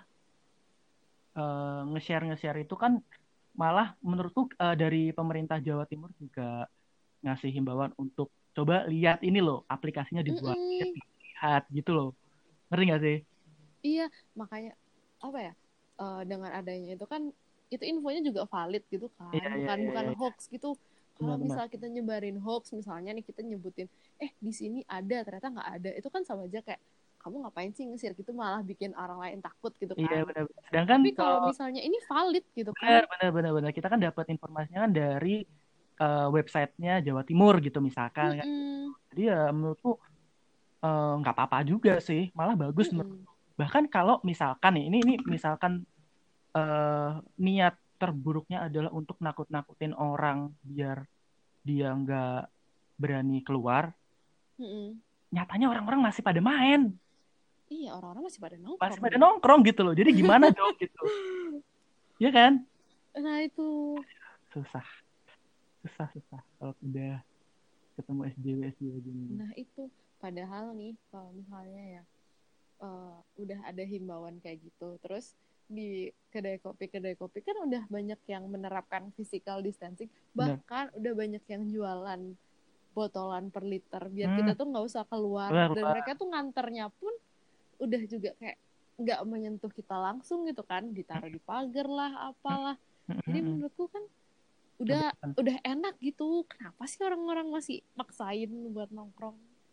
eh, nge-share nge-share itu kan malah menurutku eh, dari pemerintah Jawa Timur juga ngasih himbauan untuk coba lihat ini loh aplikasinya dibuatin
Mm-mm.
lihat gitu loh, ngerti nggak sih?
Iya, makanya apa ya? eh, dengan adanya itu kan itu infonya juga valid gitu kan.
Iya, iya,
Bukan
iya,
bukan
iya, iya.
hoax gitu. Kalau
Benar-benar.
misal kita nyebarin hoax misalnya nih kita nyebutin eh di sini ada ternyata nggak ada. Itu kan sama aja kayak kamu ngapain sih nge-share gitu malah bikin orang lain takut gitu
Iya,
kan.
benar. Sedangkan
Tapi
kalau
kalau misalnya ini valid gitu kan.
benar, benar, benar, benar, kita kan dapat informasinya kan dari eh, websitenya Jawa Timur gitu misalkan kan.
Mm-mm.
Jadi ya menurutku eh, nggak apa-apa juga sih, malah bagus menurut.
Mm-mm.
Bahkan kalau misalkan nih, ini ini misalkan eh, niat terburuknya adalah untuk nakut-nakutin orang biar dia nggak berani keluar,
Mm-mm.
nyatanya orang-orang masih pada main,
Iya, orang-orang masih pada
masih
nongkrong
pada
gitu.
nongkrong gitu loh. Jadi gimana dong gitu, ya kan?
Nah, itu.
Susah, susah, susah. Kalau udah ketemu S J W S J W gini.
Nah, itu padahal nih kalau misalnya ya eh, udah ada himbauan kayak gitu. Terus di kedai kopi kedai kopi kan udah banyak yang menerapkan physical distancing,
Bener.
bahkan udah banyak yang jualan botolan per liter biar
Hmm,
kita tuh nggak usah keluar
keluar,
dan
keluar.
mereka tuh nganternya pun udah juga kayak nggak menyentuh kita langsung gitu kan ditaruh di pagar lah apalah
Hmm, hmm,
jadi
hmm.
menurutku kan
Lebih
udah
kan.
udah enak gitu kenapa sih orang-orang masih maksain buat nongkrong.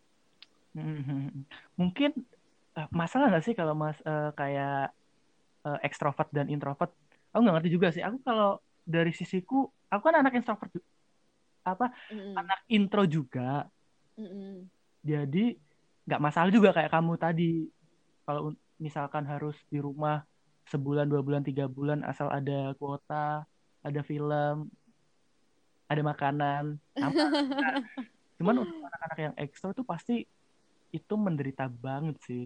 Hmm, hmm, hmm. Mungkin eh, masalah nggak sih kalau mas eh, kayak eh, ekstrovert dan introvert? Aku nggak ngerti juga sih. Aku kalau dari sisiku, aku kan anak introvert, ju- apa
Mm-mm.
anak intro juga.
Mm-mm.
Jadi nggak masalah juga kayak kamu tadi. Kalau un- misalkan harus di rumah sebulan, dua bulan, tiga bulan, asal ada kuota, ada film, ada makanan, aman. Cuman untuk anak-anak yang ekstro tuh pasti itu menderita banget sih.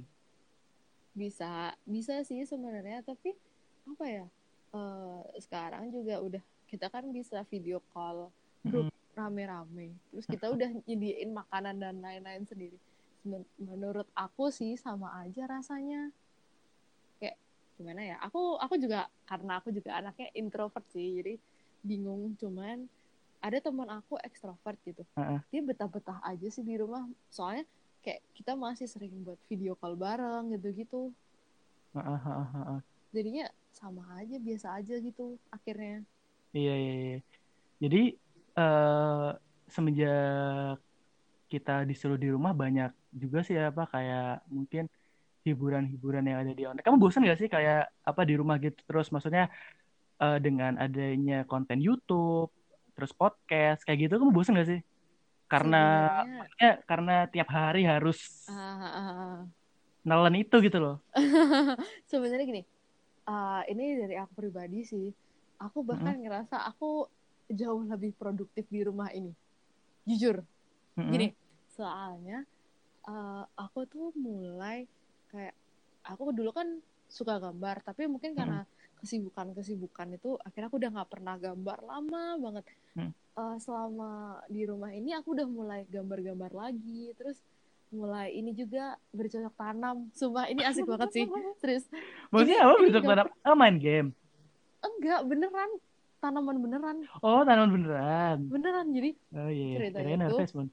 Bisa, bisa sih sebenarnya, tapi apa ya? eh, sekarang juga udah kita kan bisa video call grup
Mm-mm.
rame-rame. Terus kita udah nyediain makanan dan lain-lain sendiri. Men- Menurut aku sih sama aja rasanya. Kayak gimana ya? Aku aku juga karena aku juga anaknya introvert sih. Jadi bingung cuman ada teman aku ekstrovert gitu.
Heeh,
Dia betah-betah aja sih di rumah. Soalnya kayak kita masih sering buat video call bareng gitu-gitu
heeh, heeh, heeh.
jadinya sama aja biasa aja gitu akhirnya.
Iya, iya, iya. Jadi eh, semenjak kita disuruh di rumah banyak juga sih apa kayak mungkin hiburan-hiburan yang ada di online. Kamu bosan gak sih kayak apa di rumah gitu terus? Maksudnya eh, dengan adanya konten YouTube, terus podcast kayak gitu, kamu bosan gak sih? Karena
Sebenarnya
maksudnya karena tiap hari harus
ah, ah, ah.
nelen itu gitu loh.
sebenarnya gini ah, ini dari aku pribadi sih aku
Mm-mm,
bahkan ngerasa aku jauh lebih produktif di rumah ini jujur
mm-mm,
gini soalnya ah, aku tuh mulai kayak aku dulu kan suka gambar tapi mungkin
mm-mm,
karena kesibukan-kesibukan itu akhirnya aku udah nggak pernah gambar lama banget.
mm.
Eh, selama di rumah ini aku udah mulai gambar-gambar lagi terus mulai ini juga bercocok tanam sumpah ini asik banget sih serius
Maksudnya
ini
apa
ini
besok
nggak
tanam? Oh, main game.
enggak beneran tanaman beneran
Oh, tanaman beneran.
beneran jadi
Oh iya, iya.
ceritanya
Kirain
tuh
Harvest Moon.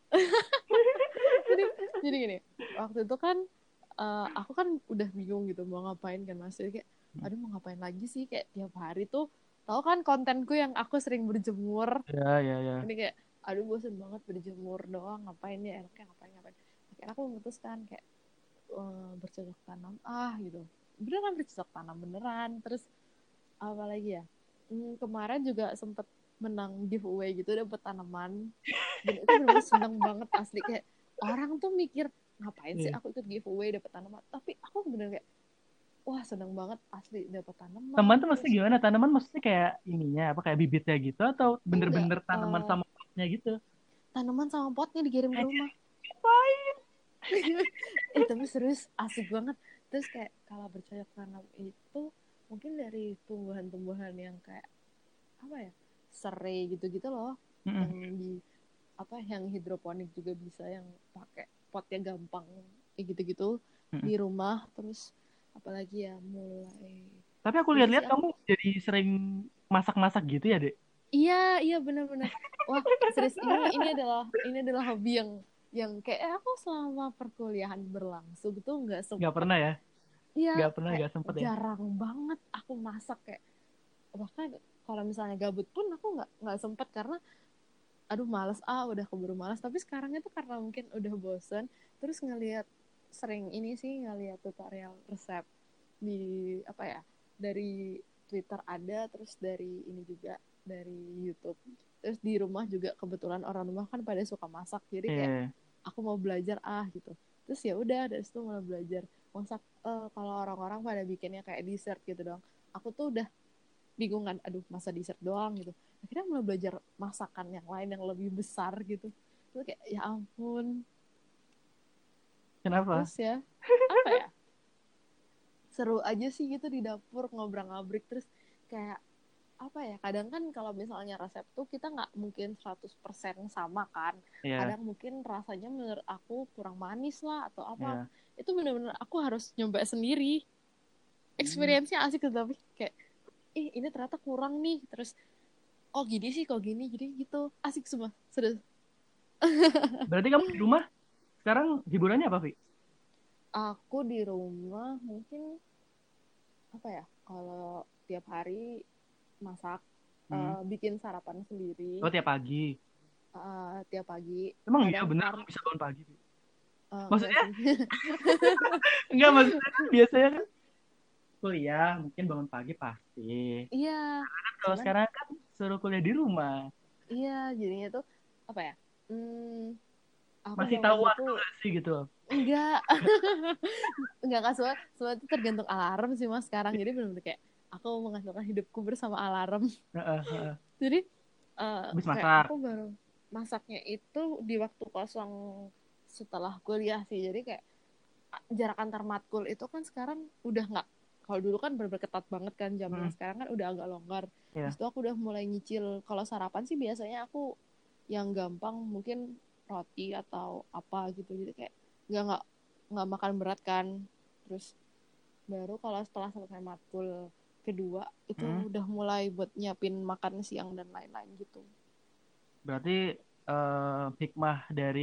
jadi jadi gini waktu itu kan eh, aku kan udah bingung gitu mau ngapain kan mas jadi kayak aduh mau ngapain lagi sih kayak tiap hari tuh tahu kan kontenku yang aku sering berjemur
Ya, ya, ya.
ini kayak aduh bosen banget berjemur doang ngapain ya enaknya ngapain ngapain akhirnya aku memutuskan kayak eh, bercocok tanam ah gitu beneran bercocok tanam beneran terus apa lagi ya? Hmm, kemarin juga sempet menang giveaway gitu, dapet tanaman. Dan itu bener-bener seneng banget asli, kayak orang tuh mikir ngapain sih
Iya.
aku ikut giveaway dapet tanaman, tapi aku bener kayak wah seneng banget asli dapet
Teman
tanaman.
tuh maksudnya
Terus
gimana? Tanaman maksudnya kayak ininya apa kayak bibitnya gitu atau
enggak,
bener-bener tanaman
eh,
sama potnya gitu?
tanaman sama potnya dikirim ke
Anjir,
rumah.
ngapain?
Eh tapi serius asik banget. Terus kayak kalau bercocok tanam itu mungkin dari tumbuhan-tumbuhan yang kayak apa ya, serai gitu-gitu loh, yang
Mm-mm.
di apa yang hidroponik juga bisa, yang pakai potnya gampang kayak gitu-gitu
Mm-mm.
di rumah. Terus apalagi ya, mulai
Tapi aku
itu sih
lihat-lihat
aku.
kamu jadi sering masak-masak gitu ya, Dek?
Iya, iya benar-benar. Wah, serius, ini ini adalah ini adalah hobi yang yang kayak eh, aku selama perkuliahan berlangsung tuh nggak
Nggak
sempet.
pernah ya?
Iya,
Nggak pernah,
kayak
nggak sempet ya?
jarang banget aku masak, kayak bahkan kalau misalnya gabut pun aku nggak nggak sempet karena aduh males, ah udah keburu males. Tapi sekarang itu karena mungkin udah bosen, terus ngelihat sering ini sih, ngelihat tutorial resep di apa ya, dari Twitter ada, terus dari ini juga dari YouTube. Terus di rumah juga kebetulan orang rumah kan pada suka masak, jadi kayak
Iya.
aku mau belajar ah gitu. Terus ya udah dari situ mulai belajar masak. Eh, kalau orang-orang pada bikinnya kayak dessert gitu dong, aku tuh udah bingung kan, aduh masa dessert doang gitu. Akhirnya mulai belajar masakan yang lain yang lebih besar gitu. Terus kayak ya ampun.
Kenapa?
Terus ya apa ya, seru aja sih gitu di dapur ngobrol-ngabrik. Terus kayak apa ya, kadang kan kalau misalnya resep tuh kita nggak mungkin seratus persen sama kan,
Iya,
kadang mungkin rasanya menurut aku kurang manis lah atau apa,
iya.
itu bener-bener aku harus nyoba sendiri.
Hmm.
Experience-nya asik tuh, tapi kayak ih ini ternyata kurang nih, terus oh gini sih kok gini, jadi gitu asik semua sudah.
Berarti kamu di rumah sekarang hiburannya apa, Vi?
Aku di rumah mungkin apa ya, kalau tiap hari masak,
Hmm.
uh, bikin sarapan
Oh,
sendiri,
tiap pagi.
uh, tiap pagi.
Emang iya
Kadang
bener
karena
kamu bisa bangun pagi, Vi?
uh, enggak
Maksudnya,
sih.
enggak maksudnya kan biasanya kan kuliah mungkin bangun pagi pasti.
Iya,
Kan kalau
cuman
sekarang kan suruh kuliah di rumah.
iya jadinya tuh apa ya? Hmm, aku
Masih tahu
bangunnya
waktu
tuh
nggak sih gitu?
enggak, enggak kak, semua semua itu tergantung alarm sih mas sekarang. Jadi benar-benar kayak aku menghasilkan hidupku bersama alarm.
Heeh, heeh.
Jadi eh,
Habis
kayak
masak.
aku baru masaknya itu di waktu kosong setelah kuliah sih. Jadi kayak jarak antar matkul itu kan sekarang udah nggak, kalau dulu kan bener-bener ketat banget kan jamnya,
Hmm,
sekarang kan udah agak longgar. Terus
ya.
itu aku udah mulai nyicil. Kalau sarapan sih biasanya aku yang gampang mungkin roti atau apa gitu, jadi kayak nggak nggak nggak makan berat kan. Terus baru kalau setelah selesai matkul kedua itu
Hmm.
udah mulai buat nyiapin makan siang dan lain-lain gitu.
Berarti eh, hikmah dari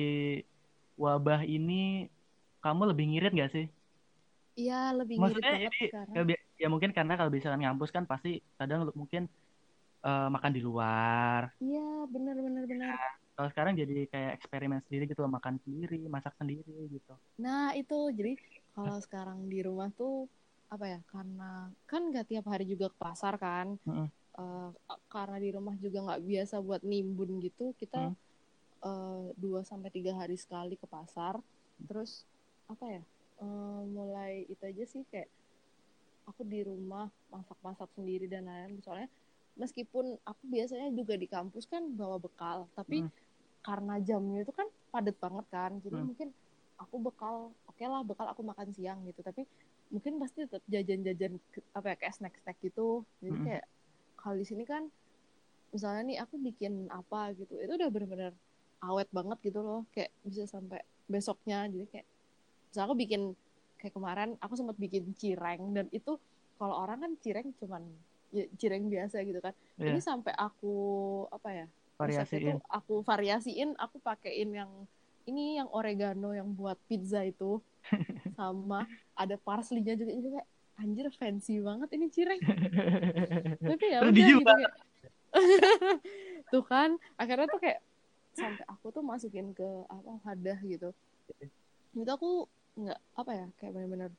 wabah ini kamu lebih ngirit nggak sih?
Iya lebih ngirit
Maksudnya
banget
jadi
sekarang.
ya, bi- ya mungkin karena kalau misalkan ngampus kan pasti kadang lu mungkin eh, makan di luar.
Iya benar benar benar.
Kalau sekarang jadi kayak eksperimen sendiri gitu, makan sendiri, masak sendiri gitu.
Nah itu jadi kalau sekarang di rumah tuh apa ya, karena kan nggak tiap hari juga ke pasar kan.
Mm-mm.
Eh, karena di rumah juga nggak biasa buat nimbun gitu, kita
Mm.
eh, dua sampai tiga hari sekali ke pasar. Terus apa ya, eh, mulai itu aja sih, kayak aku di rumah masak-masak sendiri dan lain-lain. Soalnya meskipun aku biasanya juga di kampus kan bawa bekal, tapi
Mm.
karena jamnya itu kan padat banget kan, jadi
Mm.
mungkin aku bekal oke okay lah, bekal aku makan siang gitu, tapi mungkin pasti tetap jajan-jajan apa ya, kayak snack-snack gitu. Jadi
Mm.
kayak kalau di sini kan misalnya nih aku bikin apa gitu, itu udah bener-bener awet banget gitu loh, kayak bisa sampai besoknya. Jadi kayak misalnya aku bikin kayak kemarin aku sempat bikin cireng, dan itu kalau orang kan cireng cuman ya, cireng biasa gitu kan. Ini
Iya,
sampai aku apa ya, resepnya tuh
variasiin.
aku variasiin, aku pakein yang ini, yang oregano yang buat pizza itu, sama ada parsley-nya juga. Jadi kayak anjir fancy banget ini cireng. Tapi ya udah
Religius
gitu
banget.
kayak tuh kan akhirnya tuh kayak sampai aku tuh masukin ke apa wadah gitu. Itu aku nggak apa ya, kayak bener-bener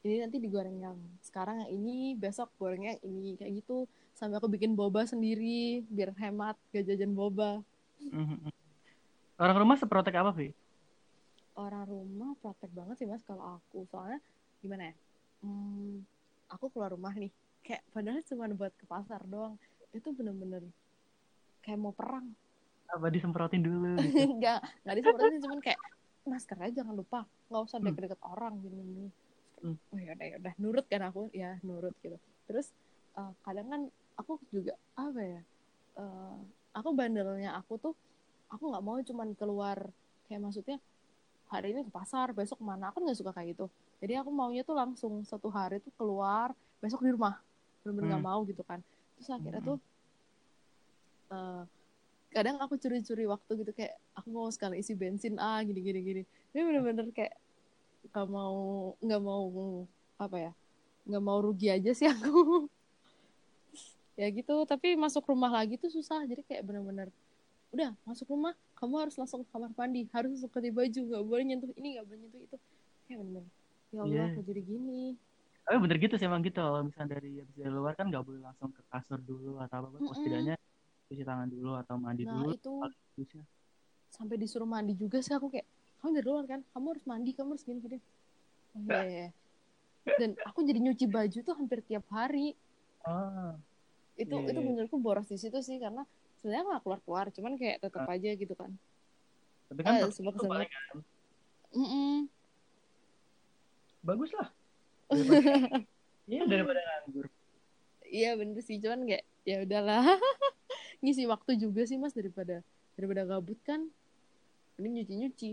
ini nanti digoreng yang sekarang yang ini, besok gorengnya yang ini, kayak gitu. Sampai aku bikin boba sendiri biar hemat gak jajan boba.
Mhm. Orang rumah seprotek apa, Vi?
Orang rumah praktek banget sih mas kalau aku, soalnya gimana ya, hmm, aku keluar rumah nih kayak padahal cuma buat ke pasar doang, itu bener-bener kayak mau perang.
Apa disemprotin dulu gitu?
nggak nggak disemprotin, cuman kayak maskernya jangan lupa, nggak usah
Hmm.
deket-deket orang gini gini.
Hmm.
Oh ya udah ya udah nurut kan aku, ya nurut gitu. Terus uh, kadang kan aku juga apa ya, uh, aku bandelnya aku tuh, aku nggak mau cuman keluar kayak maksudnya hari ini ke pasar besok kemana, aku nggak suka kayak gitu. Jadi aku maunya tuh langsung satu hari tuh keluar, besok di rumah, bener-bener nggak
Hmm.
mau gitu kan. Terus akhirnya
Hmm.
tuh uh, kadang aku curi-curi waktu gitu, kayak aku mau sekali isi bensin ah gini gini gini. Ini bener-bener kayak nggak mau nggak mau apa ya, nggak mau rugi aja sih aku. Ya gitu, tapi masuk rumah lagi tuh susah, jadi kayak bener-bener udah masuk rumah kamu harus langsung ke kamar mandi, harus langsung ganti baju, nggak boleh nyentuh ini, nggak boleh nyentuh itu. Kayak bener, ya Allah
Iya.
kok jadi gini.
Tapi bener gitu sih emang gitu. Kalau misalnya dari habis dari luar kan nggak boleh langsung ke kasur dulu atau apa. Oh,
Mm-mm.
setidaknya cuci tangan dulu atau mandi
Nah
dulu.
itu
Paling bagusnya.
sampai disuruh mandi juga sih aku, kayak kamu dari luar kan, kamu harus mandi, kamu harus gini gini. Oh, iya, iya, iya. Dan aku jadi nyuci baju tuh hampir tiap hari.
Oh,
Itu
iya,
itu
iya, iya.
menurutku boros di situ sih, karena sebenarnya nggak keluar keluar, cuman kayak tetap
Ah,
aja gitu kan.
tapi kan
Eh
satu
semak
minggu
semak.
paling kan.
Mm-mm.
Bagus lah. Daripada, iya daripada nganggur.
Iya bener sih, cuman kayak ya udahlah. Ngisi waktu juga sih mas, daripada daripada gabut kan, ini nyuci nyuci.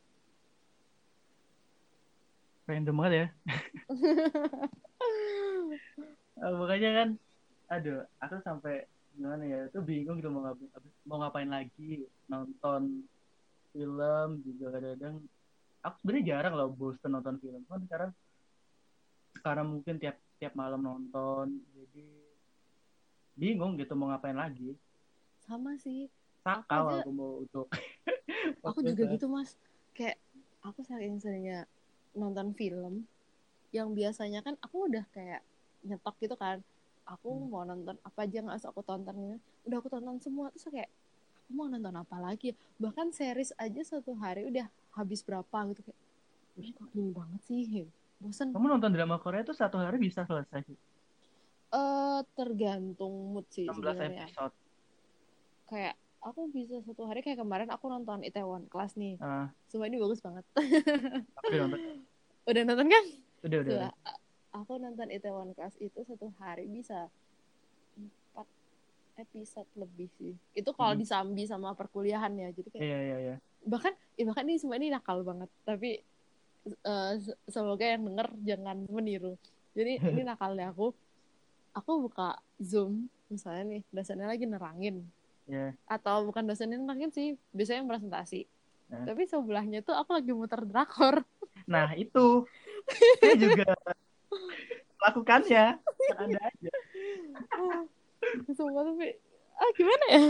Random banget ya. Eh, makanya kan, aduh, aku sampai gimana ya, itu bingung gitu mau ngapain, mau ngapain lagi. Nonton film juga kadang-kadang. Aku sebenarnya jarang loh bosen nonton film. Kan sekarang sekarang mungkin tiap tiap malam nonton. Jadi bingung gitu mau ngapain lagi.
Sama sih, aku
Sakau
aja
aku mau untuk
aku juga
podcast.
gitu mas, kayak aku saking seringnya nonton film yang biasanya kan aku udah kayak nyetok gitu kan, aku mau nonton apa aja nggak usah aku tonton, udah aku tonton semua. Terus kayak aku mau nonton apa lagi ya? Bahkan series aja satu hari udah habis berapa gitu, kayak ini kok gini banget sih, bosen.
Kamu nonton drama Korea tuh satu hari bisa selesai sih.
Eh tergantung mood sih
enam belas
sebenarnya.
episode.
Kayak aku bisa satu hari, kayak kemarin aku nonton Itaewon Class nih,
Ah,
semua ini bagus banget.
aku udah nonton.
Udah nonton kan?
Udah, udah,
Tuh,
udah.
aku nonton Itaewon Class itu satu hari bisa empat episode lebih sih. Itu kalau
Mm-mm.
disambi sama perkuliahan ya. Jadi kayak
Iya, iya, iya.
bahkan ya bahkan ini semua ini nakal banget. Tapi eh, semoga yang denger jangan meniru. Jadi ini nakalnya aku. Aku buka Zoom misalnya nih, dosennya lagi nerangin.
Iya.
Atau bukan dosennya nerangin sih, biasanya yang presentasi.
Nah,
Tapi sebelahnya tuh aku lagi muter drakor.
nah, itu saya juga lakukannya. Kan ada aja.
Sumpah tapi ah gimana ya?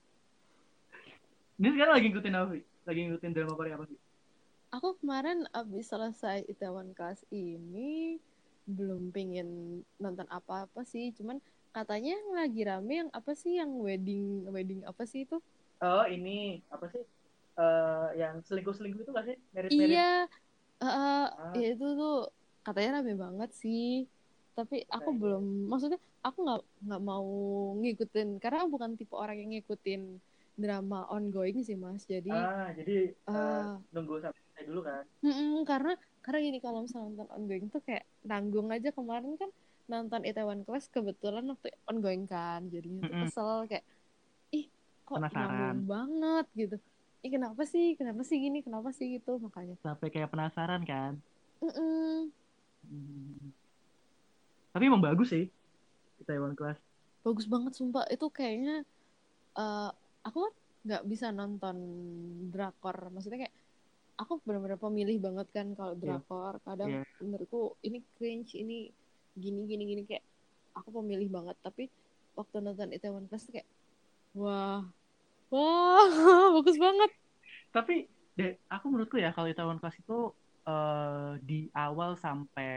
Ini sekarang lagi ngikutin apa sih? Lagi ngikutin drama Korea apa sih?
Aku kemarin abis selesai Itaewon Class ini belum pingin nonton apa-apa sih, cuman katanya yang lagi rame yang apa sih, yang wedding wedding apa sih itu?
Oh, ini apa sih? Eh, yang selingkuh-selingkuh itu gak sih?
Iya,
Merit-merit.
eh
Ah,
ya itu tuh katanya rame banget sih. Tapi aku
nah, ini.
belum, maksudnya aku nggak nggak mau ngikutin karena aku bukan tipe orang yang ngikutin drama ongoing sih Mas. Jadi
Ah, jadi eh,
eh
nunggu sampai selesai dulu kan?
mm-mm, karena karena gini, kalau misalnya nonton ongoing tuh kayak nanggung aja. Kemarin kan nonton Itaewon Class kebetulan waktu ongoing kan, jadinya tuh
Mm-mm.
kesel kayak ih kok nanggung
Penasaran.
banget gitu. Ih kenapa sih, kenapa sih gini, kenapa sih gitu, makanya.
Sampai kayak penasaran kan?
Mm-mm.
Hmm. Tapi emang bagus sih. Taiwan Class.
Bagus banget sumpah, itu kayaknya eh, aku kan nggak bisa nonton drakor, maksudnya kayak aku benar-benar pemilih banget kan kalau
Iya,
drakor. Kadang
iya.
menurutku ini cringe, ini gini gini gini, kayak aku pemilih banget. Tapi waktu nonton Itaewon Class tuh kayak wah, wah, bagus banget.
Tapi deh, aku menurutku ya kalau Taiwan Class itu eh, di awal sampai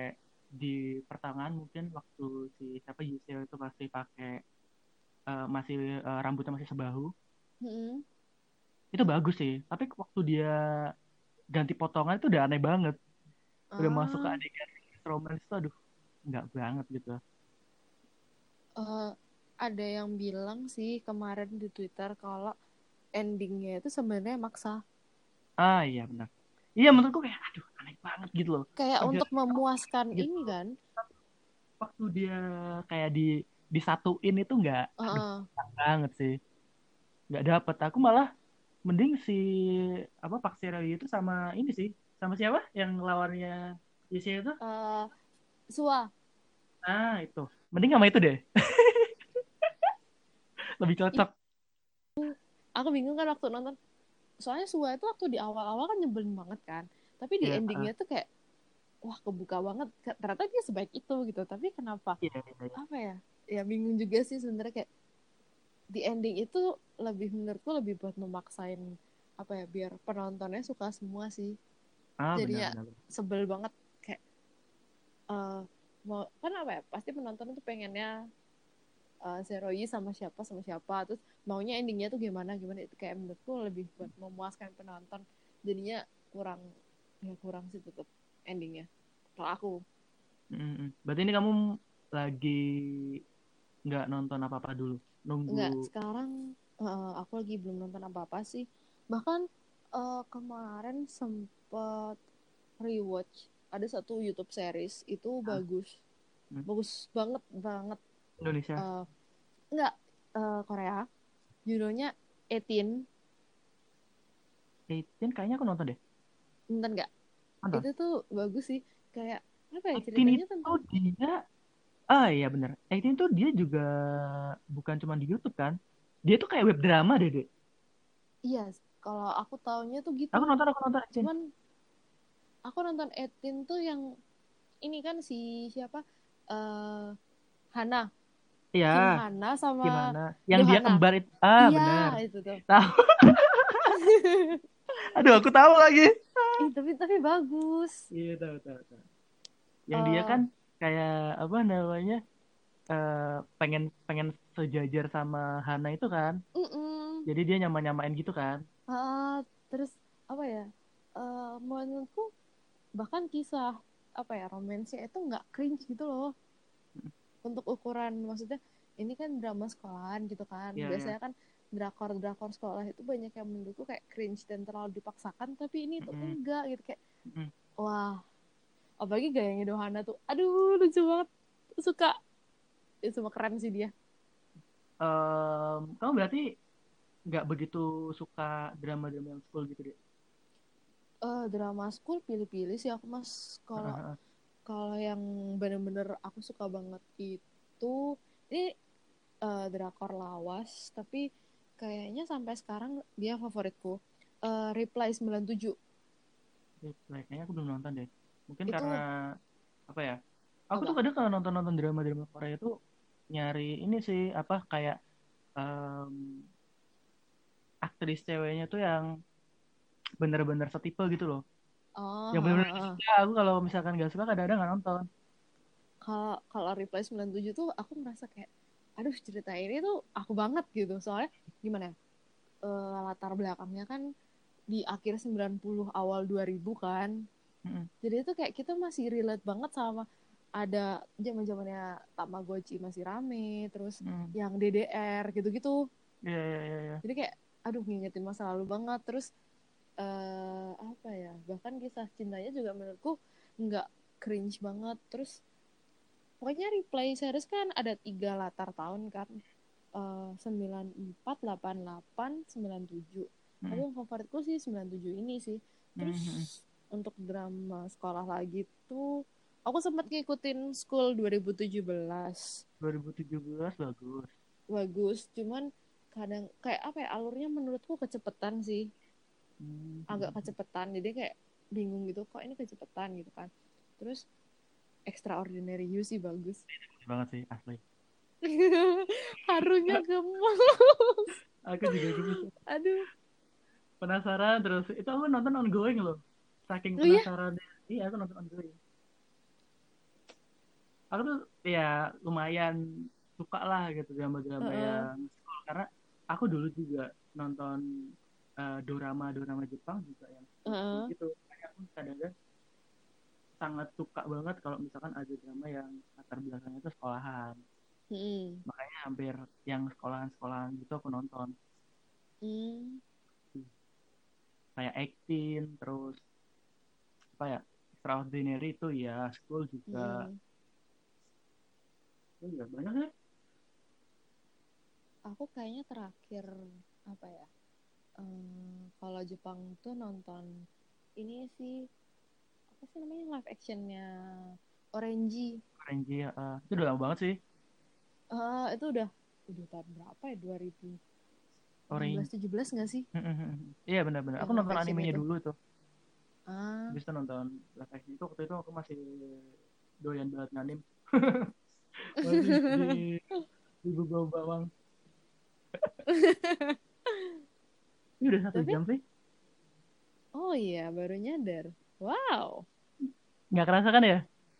di pertengahan mungkin waktu si siapa Yuseo itu masih pakai eh, masih eh, rambutnya masih sebahu,
Mm-mm.
itu bagus sih. Tapi waktu dia ganti potongan itu udah aneh banget. Udah masuk ke
Ah,
adegan romance itu aduh nggak banget gitu.
eh, ada yang bilang sih kemarin di Twitter kalau endingnya itu sebenarnya maksa.
Ah iya benar. Iya menurutku kayak aduh aneh banget gitu loh.
Kayak
Kerja
untuk memuaskan
gitu
ini
loh.
kan.
Waktu dia kayak di disatuin itu nggak aduh
Heeh.
enak banget sih. Nggak dapet. Aku malah mending si apa Pak Serawi itu sama ini sih. Sama siapa yang lawannya Yusei itu?
Eh, Sua,
Ah itu. Mending sama itu deh. Lebih
Ih,
cocok.
aku bingung kan waktu nonton. Soalnya Sua itu waktu di awal-awal kan nyebelin banget kan. Tapi di
Iya, ah,
endingnya tuh kayak, wah kebuka banget. Ternyata dia sebaik itu gitu. Tapi kenapa?
iya, iya, iya.
Apa ya? Ya bingung juga sih sebenarnya kayak di ending itu lebih menurutku lebih buat memaksain apa ya biar penontonnya suka semua sih.
Ah benar
Jadinya
benar.
sebel banget kayak eh mau kan apa ya pasti penonton tuh pengennya uh, Zeroyi sama siapa sama siapa terus maunya endingnya tuh gimana gimana itu kayak menurutku lebih buat memuaskan penonton jadinya kurang ya kurang sih tetap endingnya kalau aku
Mm-mm. Berarti ini kamu lagi nggak nonton apa-apa dulu, nunggu.
nggak sekarang uh, aku lagi belum nonton apa apa sih bahkan uh, kemarin sempet rewatch ada satu YouTube series itu
Ah,
bagus
hmm,
bagus banget banget
Indonesia.
uh, nggak uh, Korea judulnya eighteen
delapan kayaknya aku nonton deh.
nonton nggak
Nonton.
itu tuh bagus sih kayak apa ya
delapan
ceritanya
itu
tentang
dia, ah iya bener. delapan itu dia juga bukan cuma di YouTube kan? Dia tuh kayak web drama deh, deh.
iya kalau aku taunya tuh gitu
Aku nonton, aku nonton delapan.
cuman aku nonton eighteen tuh yang ini kan si siapa eh Hana Kim
Iya,
Hana sama
gimana? Yang dia
Dohana
kembar itu. Ah,
iya
bener.
itu tuh
Tahu. Aduh, aku tahu lagi.
Ih, tapi tapi bagus
Iya, tahu, tahu, tahu. Yang dia
eh
kan kayak apa namanya? eh, pengen pengen sejajar sama Hana itu kan.
mm-mm.
Jadi dia nyama-nyamain gitu kan.
Ah, terus apa ya eh menurutku bahkan kisah apa ya romansnya itu nggak cringe gitu loh untuk ukuran maksudnya ini kan drama sekolahan gitu kan
Iya, iya.
biasanya kan drakor-drakor sekolah itu banyak yang menurutku kayak cringe dan terlalu dipaksakan tapi ini tuh
Mm-mm,
enggak gitu kayak
mm-mm.
wah apalagi gayanya Dohana tuh aduh lucu banget suka itu semua keren sih dia
Em, kamu berarti nggak begitu suka drama-drama yang school gitu deh?
eh drama school pilih-pilih sih aku mas kalau kalau yang bener-bener aku suka banget itu ini eh, drakor lawas tapi kayaknya sampai sekarang dia favoritku Eh, Reply sembilan puluh tujuh
Like, kayaknya aku belum nonton deh. Mungkin karena
itu
apa ya? Aku tuh
apa
kadang kalau nonton-nonton drama-drama Korea itu nyari ini sih apa kayak em, aktris ceweknya tuh yang bener-bener setipe gitu loh. Yang bener-bener
oh
suka. Aku kalau misalkan nggak suka kadang-kadang nggak nonton.
kalau kalau Reply sembilan puluh tujuh tuh aku merasa kayak aduh cerita ini tuh aku banget gitu soalnya gimana ya eh, latar belakangnya kan di akhir sembilan puluh awal dua ribu kan
Mm-mm.
jadi itu kayak kita masih relate banget sama ada zaman zamannya Tamagotchi masih rame terus
Mm.
yang D D R gitu-gitu
Iya, iya, iya, iya.
jadi kayak aduh ngingetin masa lalu banget terus eh apa ya bahkan kisah cintanya juga menurutku nggak cringe banget terus pokoknya replay series kan ada tiga latar tahun kan eh sembilan empat delapan delapan sembilan tujuh tapi
Mm-mm.
yang favoritku sih sembilan tujuh ini sih terus
Mm-mm.
untuk drama sekolah lagi tuh aku sempat ngikutin School dua ribu tujuh belas
dua ribu tujuh belas bagus.
bagus cuman kadang kayak apa ya alurnya menurutku kecepetan sih agak
Mm-mm.
kecepetan jadi kayak bingung gitu kok ini kecepetan gitu kan terus Extraordinary You sih bagus
Bagus banget sih asli.
harunya gemes
Aku juga gitu sih.
aduh
Penasaran terus. Itu aku nonton ongoing loh. Saking
oh iya
penasaran. Iya, aku nonton ongoing. aku tuh ya lumayan suka lah gitu drama-drama
Heeh.
yang school karena aku dulu juga nonton eh, dorama-dorama Jepang juga yang school-school
Heeh.
gitu. Makanya aku kadang-kadang sangat suka banget kalau misalkan ada drama yang latar belakangnya itu sekolahan.
Mm-mm.
Makanya hampir yang sekolahan-sekolahan gitu aku nonton.
Mm.
Kayak Actin, terus apa ya, Extraordinary itu ya, School juga.
Mm.
Oh iya, banyak ya.
Aku kayaknya terakhir apa ya? eh, kalau Jepang tuh nonton ini sih apa sih namanya live actionnya Orange.
Orange ya. eh, itu udah lama banget sih.
Eh itu udah udah tahun berapa ya? dua ribu enam belas
Orange.
tujuh belas nggak sih?
Iya benar-benar. Aku
Yang live
nonton
action
animenya
itu.
dulu tuh.
Ah,
Habis itu nonton live action itu waktu itu aku masih doyan banget nganim. Masih di di Google Bawang. Ini udah satu
tapi
jam sih.
oh iya baru nyadar. Wow.
Nggak kerasa kan ya?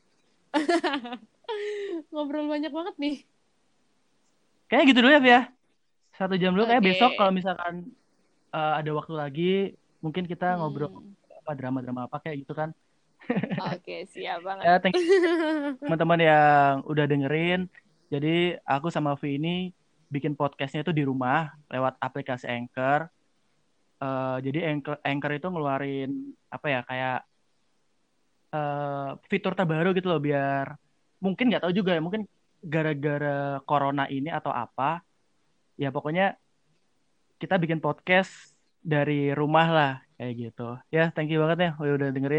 Ngobrol banyak banget nih.
Kayaknya gitu dulu ya, Via. Satu jam dulu. Kayak besok
Oke.
kalau misalkan eh, ada waktu lagi, mungkin kita ngobrol
Hmm.
apa drama-drama apa kayak gitu kan.
Oke, siap banget.
Ya, thank you teman-teman yang udah dengerin. Jadi aku sama Vi ini bikin podcastnya itu di rumah lewat aplikasi Anchor. Eh, jadi Anchor, Anchor itu ngeluarin apa ya kayak eh, fitur terbaru gitu loh biar mungkin nggak tahu juga ya mungkin gara-gara corona ini atau apa ya pokoknya kita bikin podcast dari rumah lah kayak gitu. Ya, thank you banget ya udah dengerin.